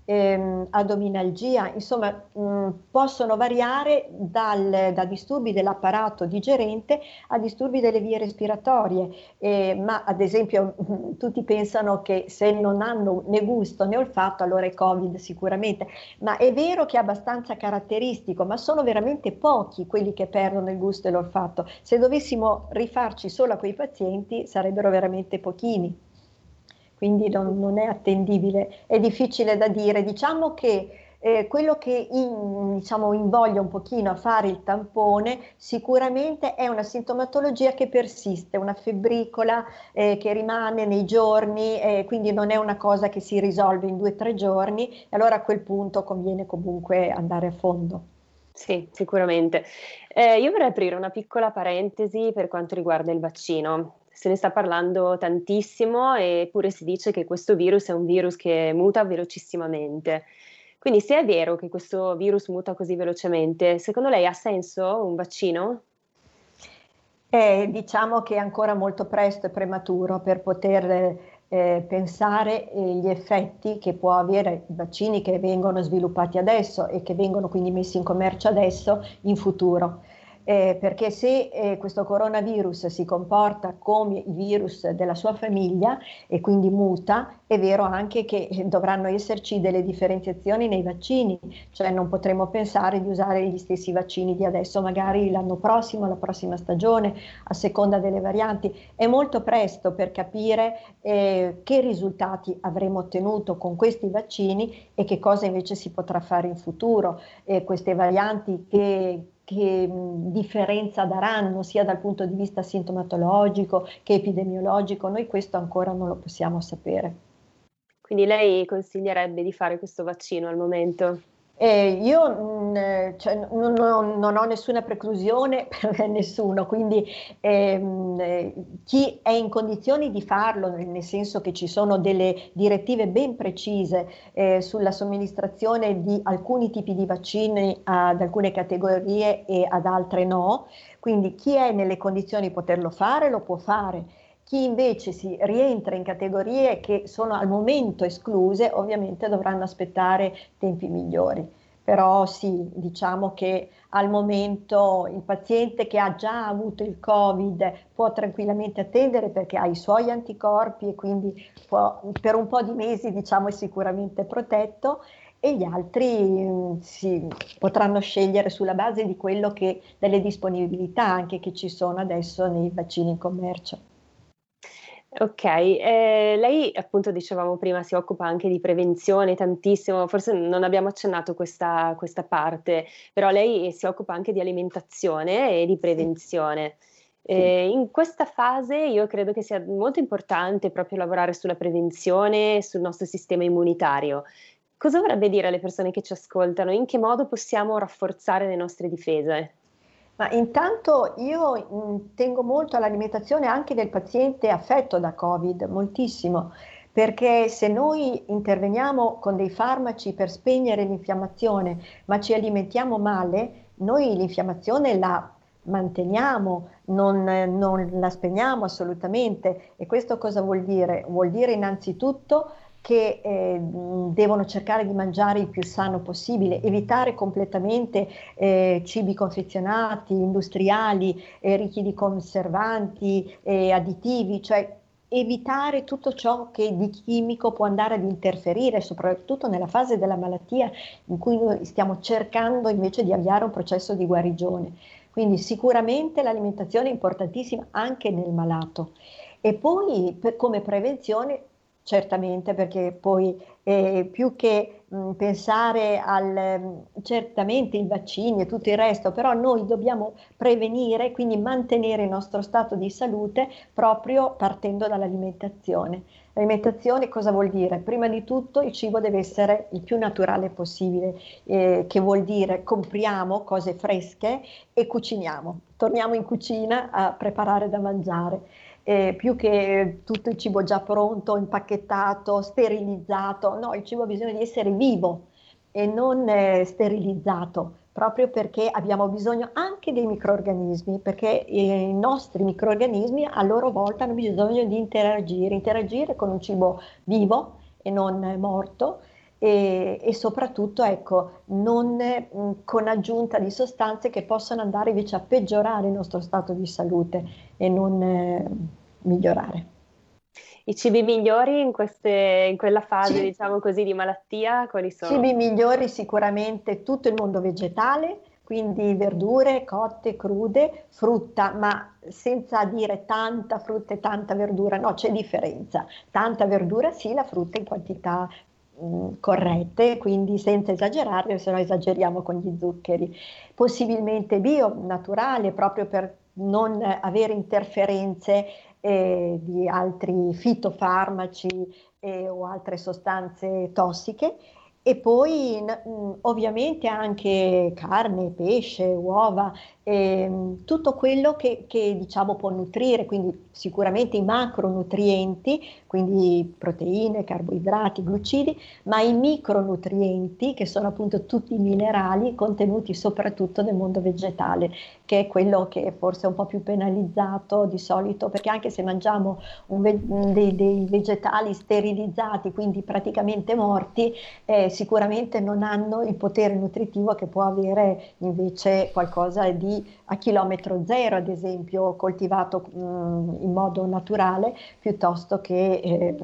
J: ehm, addominalgia, insomma mh, possono variare dal, da disturbi dell'apparato digerente a disturbi delle vie respiratorie, eh, ma ad esempio mh, tutti pensano che se non hanno né gusto né olfatto allora è Covid sicuramente, ma è vero che è abbastanza caratteristico, ma sono veramente pochi quelli che perdono il gusto e l'olfatto. Se dovessimo rifarci solo a quei pazienti sarebbero veramente pochini. Quindi non, non è attendibile, è difficile da dire. Diciamo che eh, quello che in, diciamo, invoglia un pochino a fare il tampone sicuramente è una sintomatologia che persiste, una febbricola eh, che rimane nei giorni, eh, quindi non è una cosa che si risolve in due o tre giorni, e allora a quel punto conviene comunque andare a fondo.
B: Sì, sicuramente. Eh, io vorrei aprire una piccola parentesi per quanto riguarda il vaccino. Se ne sta parlando tantissimo, eppure si dice che questo virus è un virus che muta velocissimamente. Quindi se è vero che questo virus muta così velocemente, secondo lei ha senso un vaccino?
J: Eh, diciamo che è ancora molto presto e prematuro per poter eh, pensare eh, gli effetti che può avere i vaccini che vengono sviluppati adesso e che vengono quindi messi in commercio adesso in futuro. Eh, perché se eh, questo coronavirus si comporta come i virus della sua famiglia e quindi muta, è vero anche che dovranno esserci delle differenziazioni nei vaccini, cioè non potremo pensare di usare gli stessi vaccini di adesso, magari l'anno prossimo, la prossima stagione, a seconda delle varianti. È molto presto per capire eh, che risultati avremo ottenuto con questi vaccini e che cosa invece si potrà fare in futuro. Eh, queste varianti che che differenza daranno sia dal punto di vista sintomatologico che epidemiologico, noi questo ancora non lo possiamo sapere.
B: Quindi lei consiglierebbe di fare questo vaccino al momento?
J: Eh, io mh, cioè, non, non, non ho nessuna preclusione per nessuno, quindi ehm, eh, chi è in condizioni di farlo, nel senso che ci sono delle direttive ben precise eh, sulla somministrazione di alcuni tipi di vaccini ad alcune categorie e ad altre no, quindi chi è nelle condizioni di poterlo fare lo può fare. Chi invece si rientra in categorie che sono al momento escluse, ovviamente dovranno aspettare tempi migliori. Però sì, diciamo che al momento il paziente che ha già avuto il Covid può tranquillamente attendere perché ha i suoi anticorpi e quindi può, per un po' di mesi diciamo, è sicuramente protetto, e gli altri mh, si potranno scegliere sulla base di quello che, delle disponibilità anche che ci sono adesso nei vaccini in commercio.
B: Ok, eh, lei appunto dicevamo prima si occupa anche di prevenzione tantissimo, forse non abbiamo accennato questa, questa parte, però lei si occupa anche di alimentazione e di prevenzione. Sì. Eh, in questa fase io credo che sia molto importante proprio lavorare sulla prevenzione e sul nostro sistema immunitario. Cosa vorrebbe dire alle persone che ci ascoltano? In che modo possiamo rafforzare le nostre difese?
J: Ma intanto io mh, tengo molto all'alimentazione anche del paziente affetto da Covid, moltissimo, perché se noi interveniamo con dei farmaci per spegnere l'infiammazione, ma ci alimentiamo male, noi l'infiammazione la manteniamo, non, non la spegniamo assolutamente. E questo cosa vuol dire? Vuol dire innanzitutto che eh, devono cercare di mangiare il più sano possibile, evitare completamente eh, cibi confezionati, industriali, eh, ricchi di conservanti, eh, additivi, cioè evitare tutto ciò che di chimico può andare ad interferire, soprattutto nella fase della malattia in cui noi stiamo cercando invece di avviare un processo di guarigione. Quindi sicuramente l'alimentazione è importantissima anche nel malato. E poi per, come prevenzione, certamente, perché poi eh, più che mh, pensare al certamente i vaccini e tutto il resto, però noi dobbiamo prevenire, quindi mantenere il nostro stato di salute proprio partendo dall'alimentazione. L'alimentazione cosa vuol dire? Prima di tutto il cibo deve essere il più naturale possibile, eh, che vuol dire compriamo cose fresche e cuciniamo, torniamo in cucina a preparare da mangiare. Eh, più che tutto il cibo già pronto, impacchettato, sterilizzato, no, il cibo ha bisogno di essere vivo e non eh, sterilizzato, proprio perché abbiamo bisogno anche dei microrganismi, perché i nostri microrganismi a loro volta hanno bisogno di interagire, interagire con un cibo vivo e non morto, e, e soprattutto ecco, non mh, con aggiunta di sostanze che possono andare invece a peggiorare il nostro stato di salute e non eh, migliorare.
B: I cibi migliori in, queste, in quella fase,
J: Sì.
B: diciamo così, di malattia, quali sono?
J: Cibi migliori sicuramente tutto il mondo vegetale, quindi verdure cotte, crude, frutta, ma senza dire tanta frutta e tanta verdura, no, c'è differenza. Tanta verdura sì, la frutta in quantità mh, corrette, quindi senza esagerare, se no esageriamo con gli zuccheri. Possibilmente bio, naturale, proprio per non avere interferenze eh, di altri fitofarmaci eh, o altre sostanze tossiche. E poi mh, ovviamente anche carne, pesce, uova, ehm, tutto quello che, che diciamo può nutrire, quindi sicuramente i macronutrienti, quindi proteine, carboidrati, glucidi, ma i micronutrienti che sono appunto tutti i minerali contenuti soprattutto nel mondo vegetale, che è quello che forse è un po' più penalizzato di solito, perché anche se mangiamo un ve- dei, dei vegetali sterilizzati, quindi praticamente morti, eh, sicuramente non hanno il potere nutritivo che può avere invece qualcosa di a chilometro zero, ad esempio, coltivato mh, in modo naturale, piuttosto che,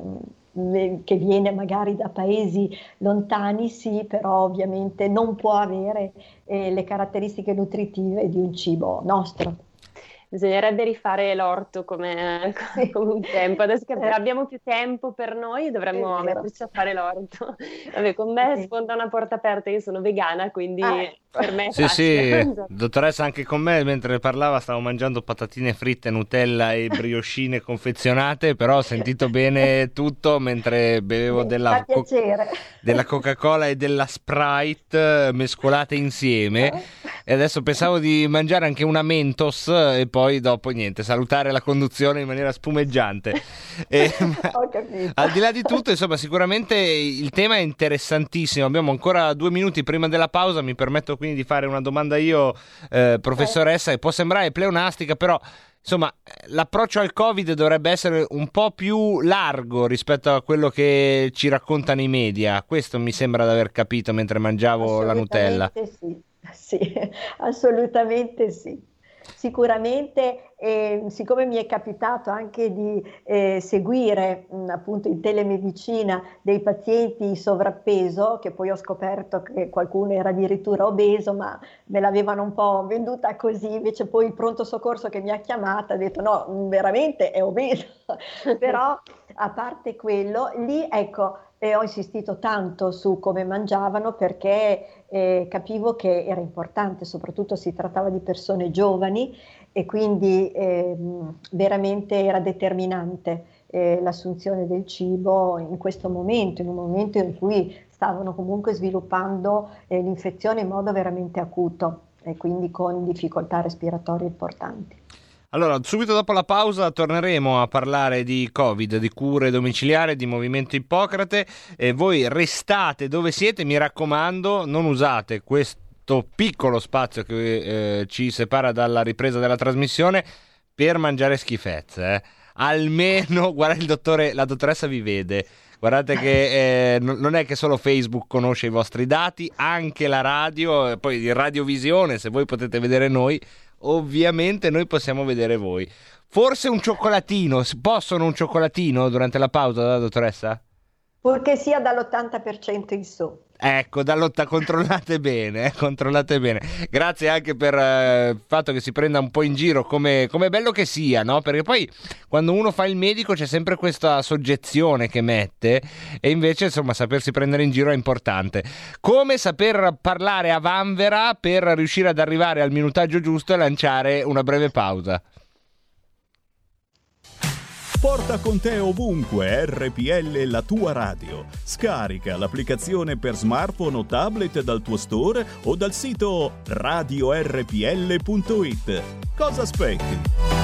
J: eh, che viene magari da paesi lontani, sì, però ovviamente non può avere eh, le caratteristiche nutritive di un cibo nostro.
B: Bisognerebbe rifare l'orto come, come un tempo. Adesso che abbiamo più tempo per noi dovremmo metterci a fare l'orto. Vabbè, con me sfonda una porta aperta, io sono vegana, quindi ah, per me è
C: sì,
B: facile.
C: sì, dottoressa, anche con me mentre parlava stavo mangiando patatine fritte, Nutella e brioscine confezionate, però ho sentito bene tutto mentre bevevo della, co- della Coca-Cola e della Sprite mescolate insieme e adesso pensavo di mangiare anche una Mentos e poi dopo niente, salutare la conduzione in maniera spumeggiante. E,
J: Ho capito.
C: Al di là di tutto, insomma, sicuramente il tema è interessantissimo. Abbiamo ancora due minuti prima della pausa, mi permetto quindi di fare una domanda io, eh, professoressa, che può sembrare pleonastica, però insomma l'approccio al Covid dovrebbe essere un po' più largo rispetto a quello che ci raccontano i media. Questo mi sembra di aver capito mentre mangiavo la Nutella.
J: Sì, sì, assolutamente sì. Sicuramente, eh, siccome mi è capitato anche di eh, seguire mh, appunto in telemedicina dei pazienti sovrappeso, che poi ho scoperto che qualcuno era addirittura obeso, ma me l'avevano un po' venduta così, invece poi il pronto soccorso che mi ha chiamata ha detto no, veramente è obeso, però a parte quello, lì ecco, e ho insistito tanto su come mangiavano perché eh, capivo che era importante, soprattutto si trattava di persone giovani e quindi eh, veramente era determinante eh, l'assunzione del cibo in questo momento, in un momento in cui stavano comunque sviluppando eh, l'infezione in modo veramente acuto e quindi con difficoltà respiratorie importanti.
C: Allora, subito dopo la pausa torneremo a parlare di Covid, di cure domiciliari, di Movimento Ippocrate e voi restate dove siete, mi raccomando, non usate questo piccolo spazio che eh, ci separa dalla ripresa della trasmissione per mangiare schifezze, eh. Almeno, guarda il dottore, la dottoressa vi vede. Guardate che eh, non è che solo Facebook conosce i vostri dati, anche la radio, poi di radiovisione, se voi potete vedere noi, ovviamente noi possiamo vedere voi. Forse un cioccolatino, possono un cioccolatino durante la pausa, dottoressa?
J: Purché sia dall'ottanta per cento in su.
C: Ecco, dall'otta controllate bene, eh, controllate bene. Grazie anche per eh, il fatto che si prenda un po' in giro, come è bello che sia, no? Perché poi quando uno fa il medico c'è sempre questa soggezione che mette e invece insomma sapersi prendere in giro è importante. Come saper parlare a vanvera per riuscire ad arrivare al minutaggio giusto e lanciare una breve pausa.
N: Porta con te ovunque R P L, la tua radio. Scarica l'applicazione per smartphone o tablet dal tuo store o dal sito radio R P L punto it. Cosa aspetti?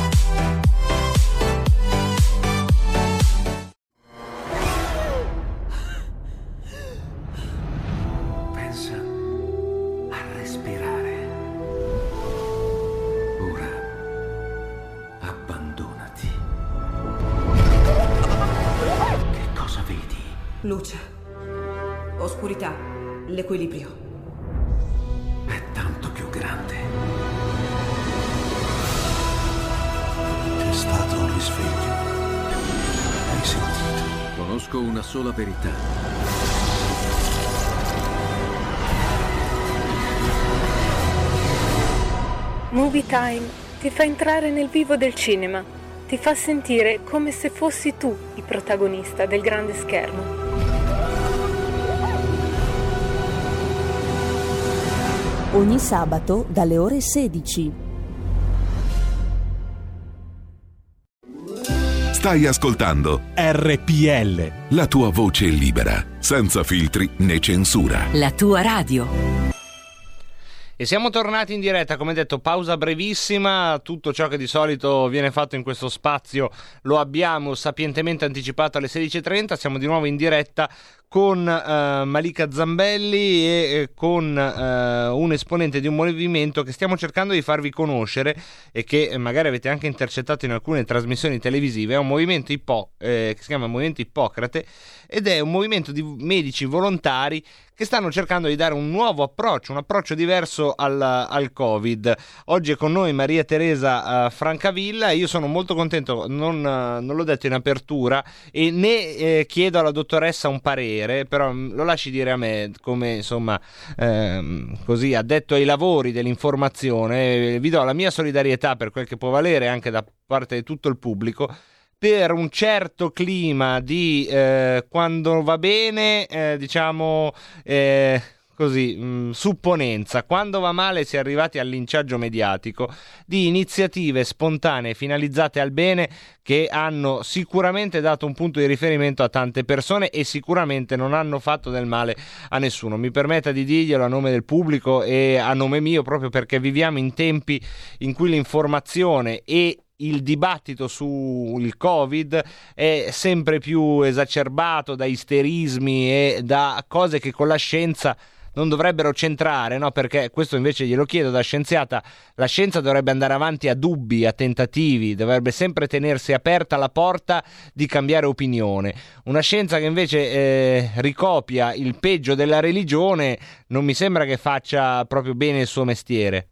U: Pensa a respirare. Ora abbandonati. Che cosa vedi?
R: Luce.
K: Oscurità, l'equilibrio.
U: È tanto più grande.
P: C'è stato un risveglio. Hai sentito?
H: Conosco una sola verità.
L: Movie Time ti fa entrare nel vivo del cinema, ti fa sentire come se fossi tu il protagonista del grande schermo.
M: Ogni sabato dalle ore sedici.
E: Stai ascoltando
H: R P L,
E: la tua voce libera, senza filtri né censura.
F: La tua radio.
C: E siamo tornati in diretta, come detto, pausa brevissima, tutto ciò che di solito viene fatto in questo spazio lo abbiamo sapientemente anticipato alle sedici e trenta, siamo di nuovo in diretta con uh, Malika Zambelli e eh, con uh, un esponente di un movimento che stiamo cercando di farvi conoscere e che magari avete anche intercettato in alcune trasmissioni televisive. È un movimento Ippo- eh, che si chiama Movimento Ippocrate ed è un movimento di medici volontari che stanno cercando di dare un nuovo approccio, un approccio diverso al, al Covid. Oggi è con noi Maria Teresa uh, Francavilla. Io sono molto contento, non, uh, non l'ho detto in apertura e né eh, chiedo alla dottoressa un parere, però lo lasci dire a me come insomma ehm, così addetto ai lavori dell'informazione. Vi do la mia solidarietà per quel che può valere anche da parte di tutto il pubblico per un certo clima di eh, quando va bene eh, diciamo eh, così mh, supponenza, quando va male si è arrivati al linciaggio mediatico di iniziative spontanee finalizzate al bene che hanno sicuramente dato un punto di riferimento a tante persone e sicuramente non hanno fatto del male a nessuno. Mi permetta di dirglielo a nome del pubblico e a nome mio, proprio perché viviamo in tempi in cui l'informazione e il dibattito sul Covid è sempre più esacerbato da isterismi e da cose che con la scienza non dovrebbero centrare, no? Perché questo invece glielo chiedo da scienziata, la scienza dovrebbe andare avanti a dubbi, a tentativi, dovrebbe sempre tenersi aperta la porta di cambiare opinione. Una scienza che invece eh, ricopia il peggio della religione non mi sembra che faccia proprio bene il suo mestiere.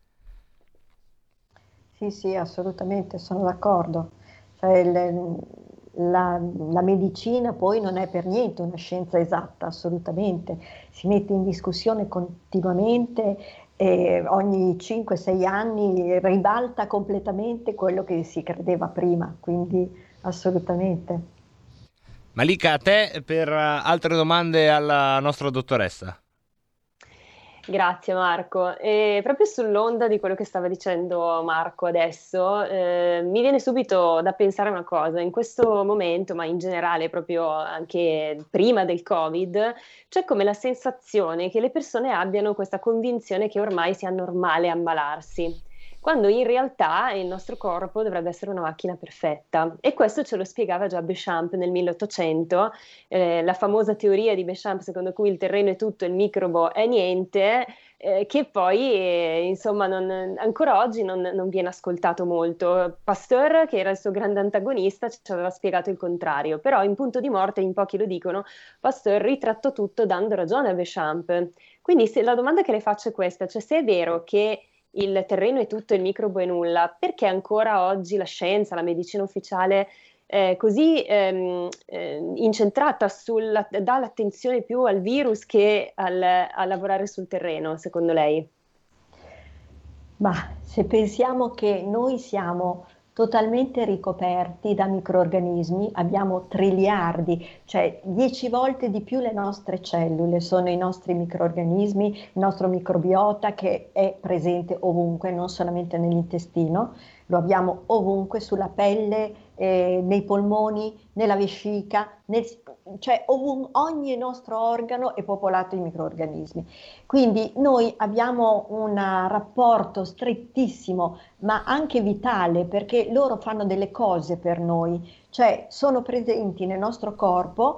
J: Sì, sì, assolutamente, sono d'accordo. Cioè, il, la, la medicina poi non è per niente una scienza esatta, assolutamente. Si mette in discussione continuamente e ogni cinque sei anni ribalta completamente quello che si credeva prima, quindi assolutamente.
C: Malika, a te per altre domande alla nostra dottoressa.
B: Grazie Marco. E proprio sull'onda di quello che stava dicendo Marco adesso, eh, mi viene subito da pensare una cosa. In questo momento, ma in generale proprio anche prima del Covid, c'è come la sensazione che le persone abbiano questa convinzione che ormai sia normale ammalarsi, quando in realtà il nostro corpo dovrebbe essere una macchina perfetta. E questo ce lo spiegava già Béchamp nel milleottocento, eh, la famosa teoria di Béchamp secondo cui il terreno è tutto e il microbo è niente, eh, che poi eh, insomma non, ancora oggi non, non viene ascoltato molto. Pasteur, che era il suo grande antagonista, ci aveva spiegato il contrario, però in Punto di morte, in pochi lo dicono, Pasteur ritrattò tutto dando ragione a Béchamp. Quindi se, la domanda che le faccio è questa, cioè se è vero che il terreno è tutto e il microbo è nulla, perché ancora oggi la scienza, la medicina ufficiale è così ehm, eh, incentrata sulla, dà l'attenzione più al virus che al, a lavorare sul terreno, secondo lei?
J: Ma se pensiamo che noi siamo totalmente ricoperti da microrganismi, abbiamo triliardi, cioè dieci volte di più le nostre cellule sono i nostri microrganismi, il nostro microbiota che è presente ovunque, non solamente nell'intestino, lo abbiamo ovunque, sulla pelle, eh, nei polmoni, nella vescica, nel, cioè ovun, ogni nostro organo è popolato di microrganismi. Quindi noi abbiamo un rapporto strettissimo, ma anche vitale, perché loro fanno delle cose per noi, cioè sono presenti nel nostro corpo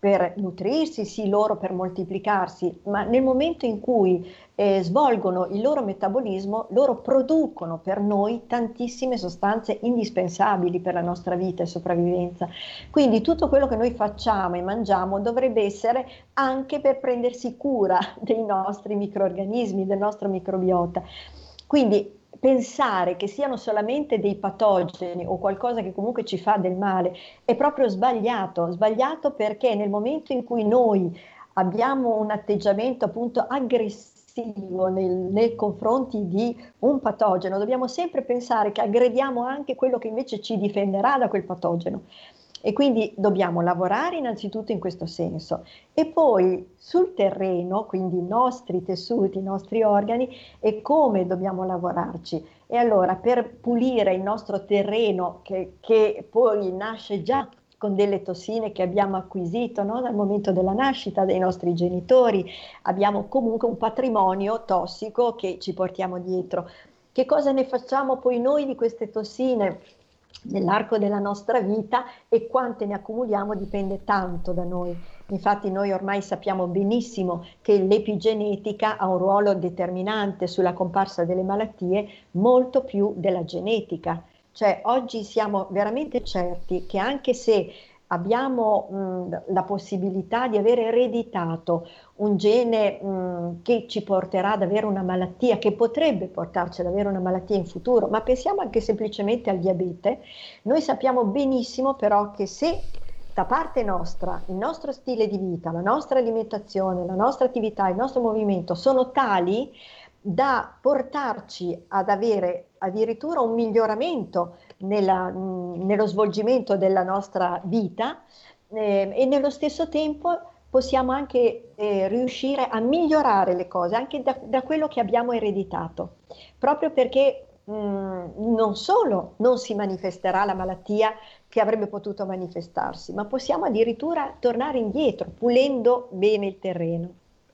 J: per nutrirsi, sì, loro per moltiplicarsi, ma nel momento in cui eh, svolgono il loro metabolismo, loro producono per noi tantissime sostanze indispensabili per la nostra vita e sopravvivenza. Quindi tutto quello che noi facciamo e mangiamo dovrebbe essere anche per prendersi cura dei nostri microrganismi, del nostro microbiota. Quindi pensare che siano solamente dei patogeni o qualcosa che comunque ci fa del male è proprio sbagliato, sbagliato perché nel momento in cui noi abbiamo un atteggiamento appunto aggressivo nel, nei confronti di un patogeno, dobbiamo sempre pensare che aggrediamo anche quello che invece ci difenderà da quel patogeno. E quindi dobbiamo lavorare innanzitutto in questo senso e poi sul terreno, quindi i nostri tessuti, i nostri organi e come dobbiamo lavorarci. E allora per pulire il nostro terreno che, che poi nasce già con delle tossine che abbiamo acquisito, no? Dal momento della nascita dei nostri genitori, abbiamo comunque un patrimonio tossico che ci portiamo dietro. Che cosa ne facciamo poi noi di queste tossine nell'arco della nostra vita e quante ne accumuliamo dipende tanto da noi. Infatti noi ormai sappiamo benissimo che l'epigenetica ha un ruolo determinante sulla comparsa delle malattie molto più della genetica. Cioè oggi siamo veramente certi che anche se abbiamo mh, la possibilità di aver ereditato un gene mh, che ci porterà ad avere una malattia, che potrebbe portarci ad avere una malattia in futuro, ma pensiamo anche semplicemente al diabete, noi sappiamo benissimo però che se da parte nostra il nostro stile di vita, la nostra alimentazione, la nostra attività, il nostro movimento sono tali da portarci ad avere addirittura un miglioramento nella, mh, nello svolgimento della nostra vita eh, e nello stesso tempo possiamo anche eh, riuscire a migliorare le cose anche da, da quello che abbiamo ereditato, proprio perché mh, non solo non si manifesterà la malattia che avrebbe potuto manifestarsi, ma possiamo addirittura tornare indietro pulendo bene il terreno.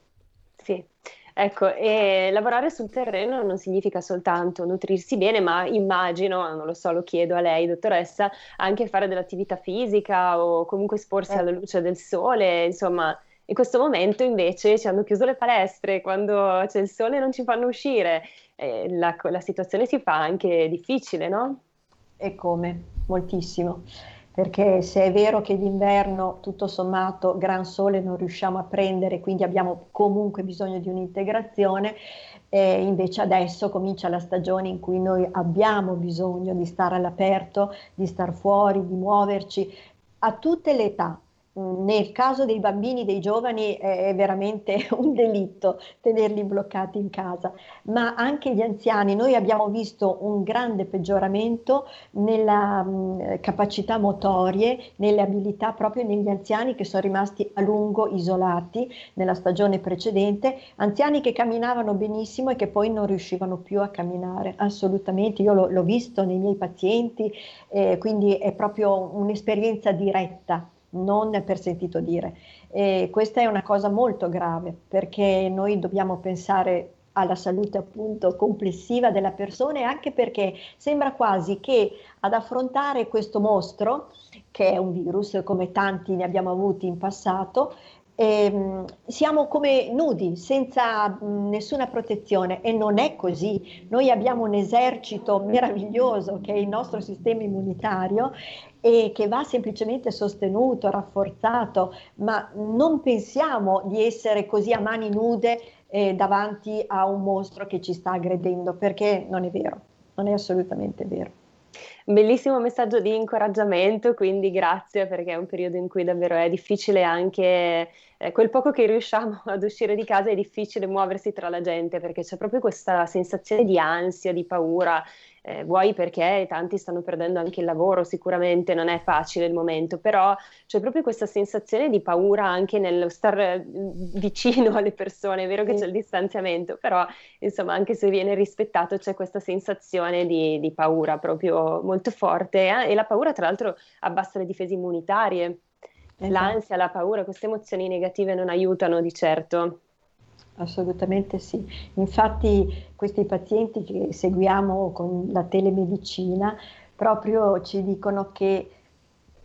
B: Sì. Ecco, e lavorare sul terreno non significa soltanto nutrirsi bene, ma immagino, non lo so, lo chiedo a lei, dottoressa, anche fare dell'attività fisica o comunque esporsi eh. alla luce del sole, insomma, in questo momento invece ci hanno chiuso le palestre, quando c'è il sole non ci fanno uscire, eh, la, la situazione si fa anche difficile, no?
J: E come? Moltissimo. Perché se è vero che d'inverno tutto sommato gran sole non riusciamo a prendere, quindi abbiamo comunque bisogno di un'integrazione, eh, invece adesso comincia la stagione in cui noi abbiamo bisogno di stare all'aperto, di star fuori, di muoverci a tutte le età. Nel caso dei bambini, dei giovani è veramente un delitto tenerli bloccati in casa, ma anche gli anziani. Noi abbiamo visto un grande peggioramento nella mh, capacità motorie, nelle abilità proprio negli anziani che sono rimasti a lungo isolati nella stagione precedente, anziani che camminavano benissimo e che poi non riuscivano più a camminare, assolutamente. Io l'ho, l'ho visto nei miei pazienti, eh, quindi è proprio un'esperienza diretta, non per sentito dire. E questa è una cosa molto grave perché noi dobbiamo pensare alla salute appunto complessiva della persona e anche perché sembra quasi che ad affrontare questo mostro, che è un virus come tanti ne abbiamo avuti in passato, ehm, siamo come nudi, senza mh, nessuna protezione, e non è così. Noi abbiamo un esercito meraviglioso che è il nostro sistema immunitario e che va semplicemente sostenuto, rafforzato, ma non pensiamo di essere così a mani nude eh, davanti a un mostro che ci sta aggredendo, perché non è vero, non è assolutamente vero.
B: Bellissimo messaggio di incoraggiamento, quindi grazie, perché è un periodo in cui davvero è difficile anche eh, quel poco che riusciamo ad uscire di casa, è difficile muoversi tra la gente perché c'è proprio questa sensazione di ansia, di paura, eh, vuoi perché tanti stanno perdendo anche il lavoro, sicuramente non è facile il momento, però c'è proprio questa sensazione di paura anche nello star vicino alle persone. È vero che c'è il distanziamento, però insomma anche se viene rispettato c'è questa sensazione di, di paura proprio molto forte, eh? E la paura tra l'altro abbassa le difese immunitarie, esatto. L'ansia, la paura, queste emozioni negative non aiutano di certo.
J: Assolutamente sì, infatti questi pazienti che seguiamo con la telemedicina proprio ci dicono che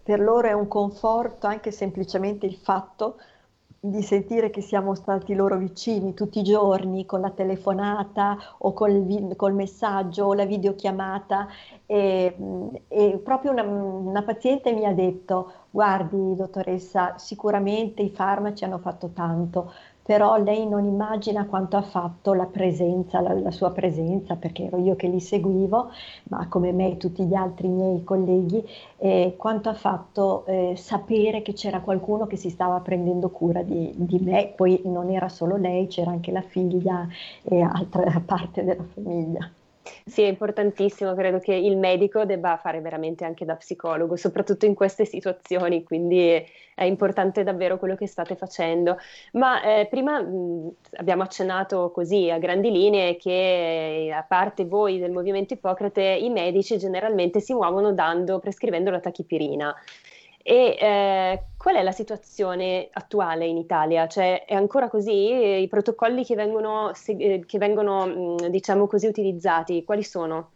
J: per loro è un conforto anche semplicemente il fatto di sentire che siamo stati loro vicini tutti i giorni con la telefonata o col, vi- col messaggio o la videochiamata. E, e proprio una, una paziente mi ha detto: guardi dottoressa, sicuramente i farmaci hanno fatto tanto, però lei non immagina quanto ha fatto la presenza, la, la sua presenza, perché ero io che li seguivo, ma come me e tutti gli altri miei colleghi, eh, quanto ha fatto eh, sapere che c'era qualcuno che si stava prendendo cura di, di me. Poi non era solo lei, c'era anche la figlia e altra parte della famiglia.
B: Sì, è importantissimo, credo che il medico debba fare veramente anche da psicologo, soprattutto in queste situazioni, quindi è importante davvero quello che state facendo. Ma eh, prima mh, abbiamo accennato così a grandi linee che, a parte voi del Movimento Ippocrate, i medici generalmente si muovono dando, prescrivendo la tachipirina. E eh, qual è la situazione attuale in Italia? Cioè, è ancora così? I protocolli che vengono, che vengono diciamo così, utilizzati, quali sono?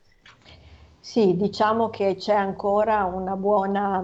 J: Sì, diciamo che c'è ancora una buona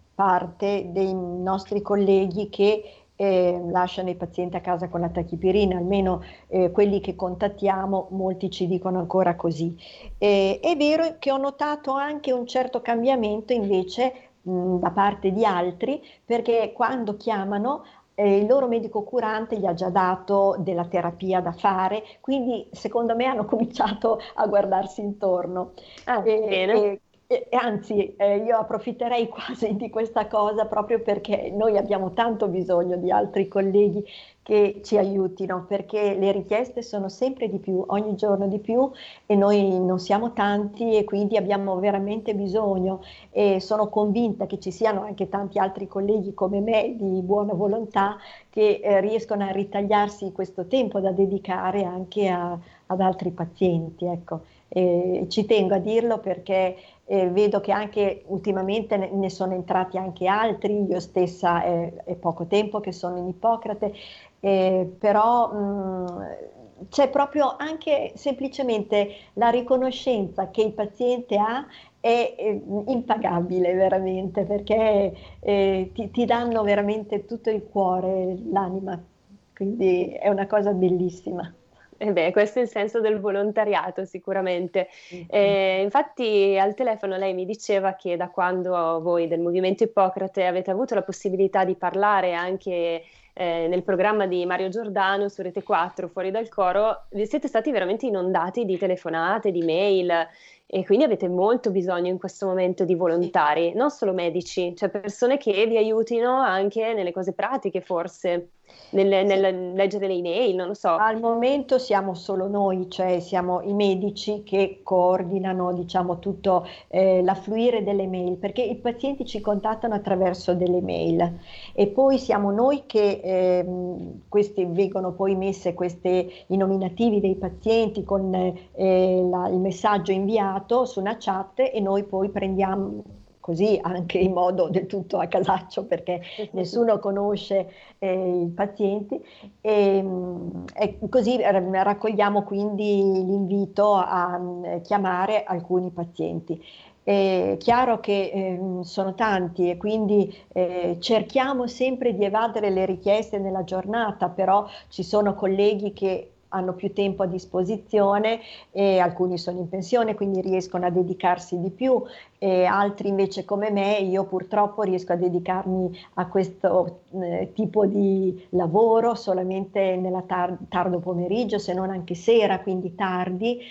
J: parte dei nostri colleghi che eh, lasciano i pazienti a casa con la tachipirina, almeno eh, quelli che contattiamo, molti ci dicono ancora così. Eh, è vero che ho notato anche un certo cambiamento invece da parte di altri, perché quando chiamano eh, il loro medico curante gli ha già dato della terapia da fare, quindi secondo me hanno cominciato a guardarsi intorno.
B: Ah,
J: e,
B: bene.
J: E, e, anzi, eh, io approfitterei quasi di questa cosa proprio perché noi abbiamo tanto bisogno di altri colleghi che ci aiutino, perché le richieste sono sempre di più, ogni giorno di più, e noi non siamo tanti e quindi abbiamo veramente bisogno, e sono convinta che ci siano anche tanti altri colleghi come me di buona volontà che eh, riescono a ritagliarsi questo tempo da dedicare anche a, ad altri pazienti, ecco. E ci tengo a dirlo perché eh, vedo che anche ultimamente ne, ne sono entrati anche altri, io stessa è, è poco tempo che sono in Ippocrate, eh, però mh, c'è proprio anche semplicemente la riconoscenza che il paziente ha è eh, impagabile veramente, perché eh, ti, ti danno veramente tutto il cuore, l'anima, quindi è una cosa bellissima.
B: Eh beh, questo è il senso del volontariato sicuramente. Eh, infatti al telefono lei mi diceva che da quando voi del Movimento Ippocrate avete avuto la possibilità di parlare anche eh, nel programma di Mario Giordano su Rete quattro, Fuori dal Coro, vi siete stati veramente inondati di telefonate, di mail, e quindi avete molto bisogno in questo momento di volontari, non solo medici, cioè persone che vi aiutino anche nelle cose pratiche forse. Nel, nel leggere le email, non lo so.
J: Al momento siamo solo noi, cioè siamo i medici che coordinano, diciamo, tutto eh, l'affluire delle mail, perché i pazienti ci contattano attraverso delle mail e poi siamo noi che eh, questi vengono poi messe queste, i nominativi dei pazienti con eh, la, il messaggio inviato su una chat, e noi poi prendiamo così anche in modo del tutto a casaccio, perché nessuno conosce eh, i pazienti, e, e così raccogliamo quindi l'invito a, a chiamare alcuni pazienti. È chiaro che eh, sono tanti e quindi eh, cerchiamo sempre di evadere le richieste nella giornata, però ci sono colleghi che hanno più tempo a disposizione e alcuni sono in pensione, quindi riescono a dedicarsi di più, e altri invece come me, io purtroppo riesco a dedicarmi a questo eh, tipo di lavoro solamente nella tar- tardo pomeriggio, se non anche sera, quindi tardi,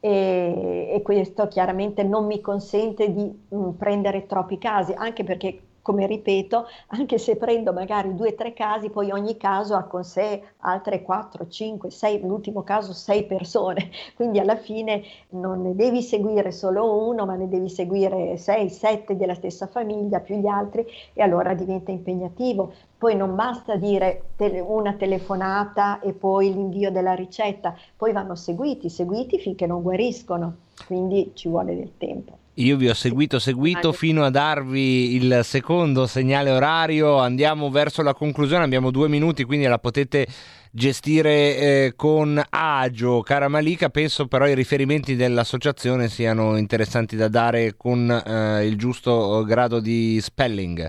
J: e, e questo chiaramente non mi consente di mh, prendere troppi casi, anche perché, come ripeto, anche se prendo magari due o tre casi, poi ogni caso ha con sé altre quattro, cinque, sei, l'ultimo caso sei persone, quindi alla fine non ne devi seguire solo uno, ma ne devi seguire sei, sette della stessa famiglia, più gli altri, e allora diventa impegnativo. Poi non basta dire tele, una telefonata e poi l'invio della ricetta, poi vanno seguiti, seguiti finché non guariscono, quindi ci vuole del tempo.
C: Io vi ho seguito, seguito fino a darvi il secondo segnale orario. Andiamo verso la conclusione, abbiamo due minuti, quindi la potete gestire eh, con agio, cara Malika. Penso però i riferimenti dell'associazione siano interessanti da dare con eh, il giusto grado di spelling.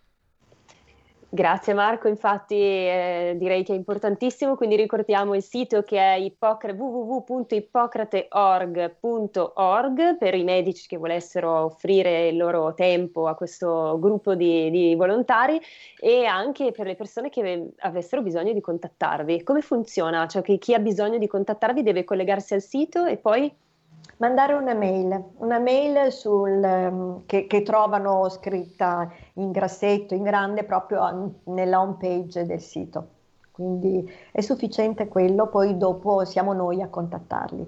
B: Grazie Marco, infatti eh, direi che è importantissimo, quindi ricordiamo il sito che è ippocra- w w w punto ippocrate org punto org per i medici che volessero offrire il loro tempo a questo gruppo di, di volontari, e anche per le persone che avessero bisogno di contattarvi. Come funziona? Cioè che chi ha bisogno di contattarvi deve collegarsi al sito e poi...
J: Mandare una mail, una mail sul, um, che, che trovano scritta in grassetto, in grande, proprio nella home page del sito. Quindi è sufficiente quello, poi dopo siamo noi a contattarli.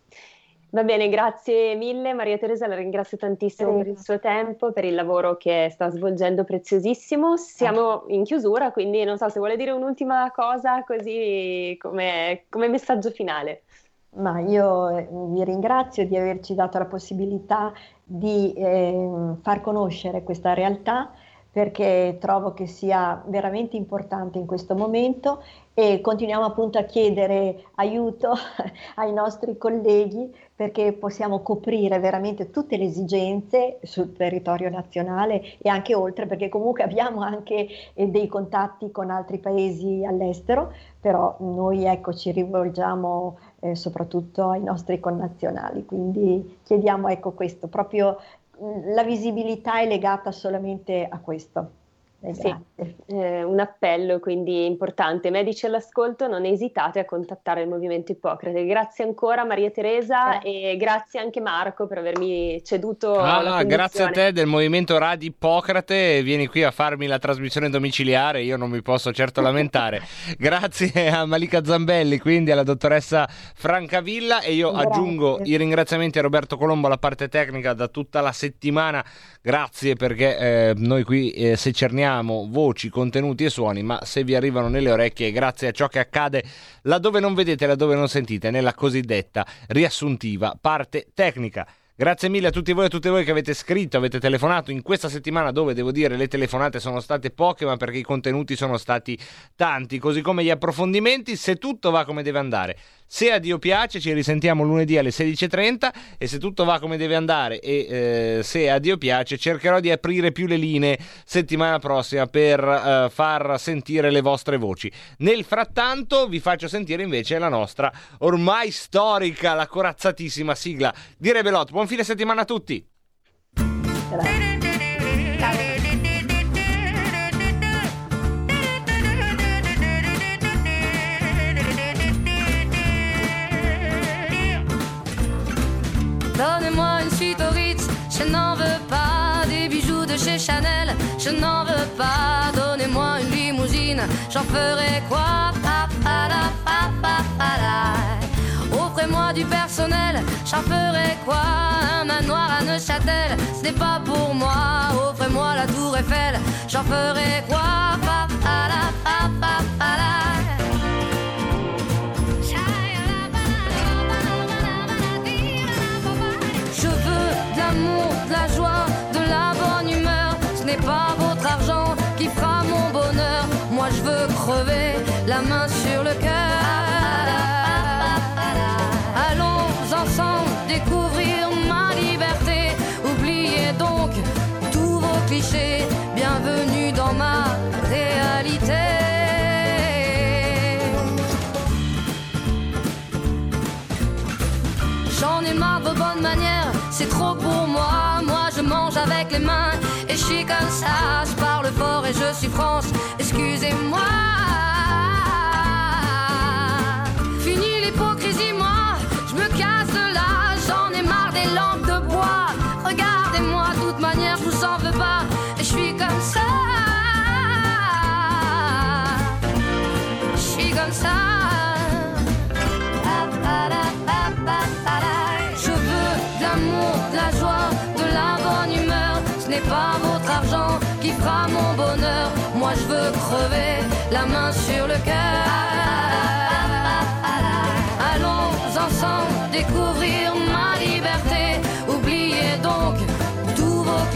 B: Va bene, grazie mille Maria Teresa, la ringrazio tantissimo Prego. per il suo tempo, per il lavoro che sta svolgendo preziosissimo. Siamo in chiusura, quindi non so se vuole dire un'ultima cosa così come, come messaggio finale.
J: Ma io vi ringrazio di averci dato la possibilità di eh, far conoscere questa realtà, perché trovo che sia veramente importante in questo momento, e continuiamo appunto a chiedere aiuto ai nostri colleghi perché possiamo coprire veramente tutte le esigenze sul territorio nazionale e anche oltre, perché comunque abbiamo anche eh, dei contatti con altri paesi all'estero, però noi ecco ci rivolgiamo eh, soprattutto ai nostri connazionali, quindi chiediamo ecco questo, proprio mh, la visibilità è legata solamente a questo. Eh,
B: sì, eh, un appello quindi importante. Medici all'ascolto, non esitate a contattare il Movimento Ippocrate. Grazie ancora Maria Teresa eh. e grazie anche Marco per avermi ceduto
C: ah,
B: la conduzione.
C: Grazie a te del Movimento Radio Ippocrate, vieni qui a farmi la trasmissione domiciliare, io non mi posso certo lamentare. Grazie a Malika Zambelli, quindi alla dottoressa Francavilla, e io grazie. aggiungo i ringraziamenti a Roberto Colombo alla parte tecnica da tutta la settimana. Grazie, perché eh, noi qui eh, se cerniamo voci, contenuti e suoni, ma se vi arrivano nelle orecchie è grazie a ciò che accade laddove non vedete, laddove non sentite, nella cosiddetta riassuntiva parte tecnica. Grazie mille a tutti voi e a tutte voi che avete scritto, avete telefonato in questa settimana, dove devo dire le telefonate sono state poche, ma perché i contenuti sono stati tanti, così come gli approfondimenti. Se tutto va come deve andare, se a Dio piace, ci risentiamo lunedì alle sedici e trenta, e se tutto va come deve andare e eh, se a Dio piace, cercherò di aprire più le linee settimana prossima per eh, far sentire le vostre voci. Nel frattanto vi faccio sentire invece la nostra ormai storica, la corazzatissima sigla di Rebelot. Buon fine settimana a tutti.
J: Grazie.
O: Donnez-moi une suite au Ritz, je n'en veux pas. Des bijoux de chez Chanel, je n'en veux pas. Donnez-moi une limousine, j'en ferai quoi? Pa, pa, la, pa, pa, pa, la. Offrez-moi du personnel, j'en ferai quoi? Un manoir à Neuchâtel, ce n'est pas pour moi. Offrez-moi la tour Eiffel, j'en ferai quoi? Pa, pa, la, pa, pa, pa, la. Je veux de l'amour, de la joie, de la bonne humeur. Ce n'est pas votre argent qui fera mon bonheur. Moi je veux crever, la main sur le cœur. Allons ensemble découvrir ma liberté. Oubliez donc tous vos clichés. Bienvenue dans ma réalité. J'en ai marre de vos bonnes manières, c'est trop pour moi. Moi je mange avec les mains et je suis comme ça. Je parle fort et je suis France, excusez-moi. Fini l'hypocrisie, moi, je me casse de là. J'en ai marre des lampes de bois. Regardez-moi, de toute manière je vous en veux pas. Et je suis comme ça. Je suis comme ça. De la joie, de la bonne humeur. Ce n'est pas votre argent qui fera mon bonheur. Moi je veux crever, la main sur le cœur. Allons ensemble découvrir ma liberté. Oubliez donc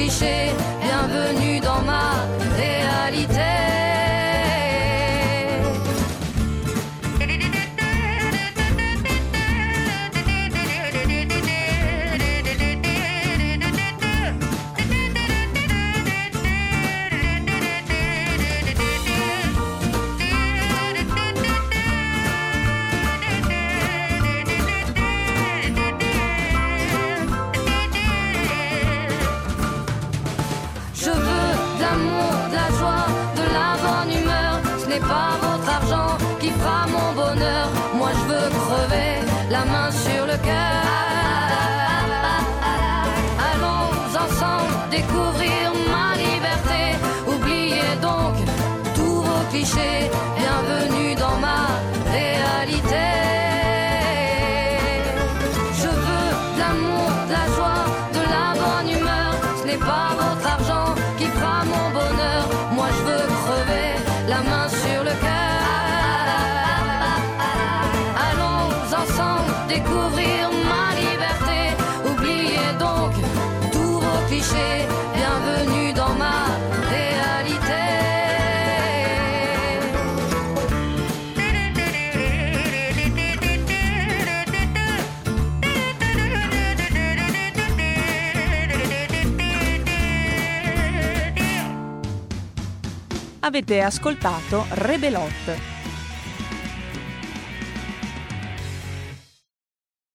O: clichés, bienvenue dans ma réalité. Pas votre argent qui fera mon bonheur. Moi je veux crever la main sur le cœur. Allons ensemble découvrir ma liberté. Oubliez donc tous vos clichés. Bienvenue dans ma réalité. Je veux de l'amour, de la joie, de la bonne humeur. Ce n'est pas votre argent qui fera mon bonheur. Moi je veux crever la main sur le cœur. Allons ensemble découvrir ma liberté. Oubliez donc tous vos clichés. Bienvenue dans ma réalité.
Q: Avete ascoltato Rebelot,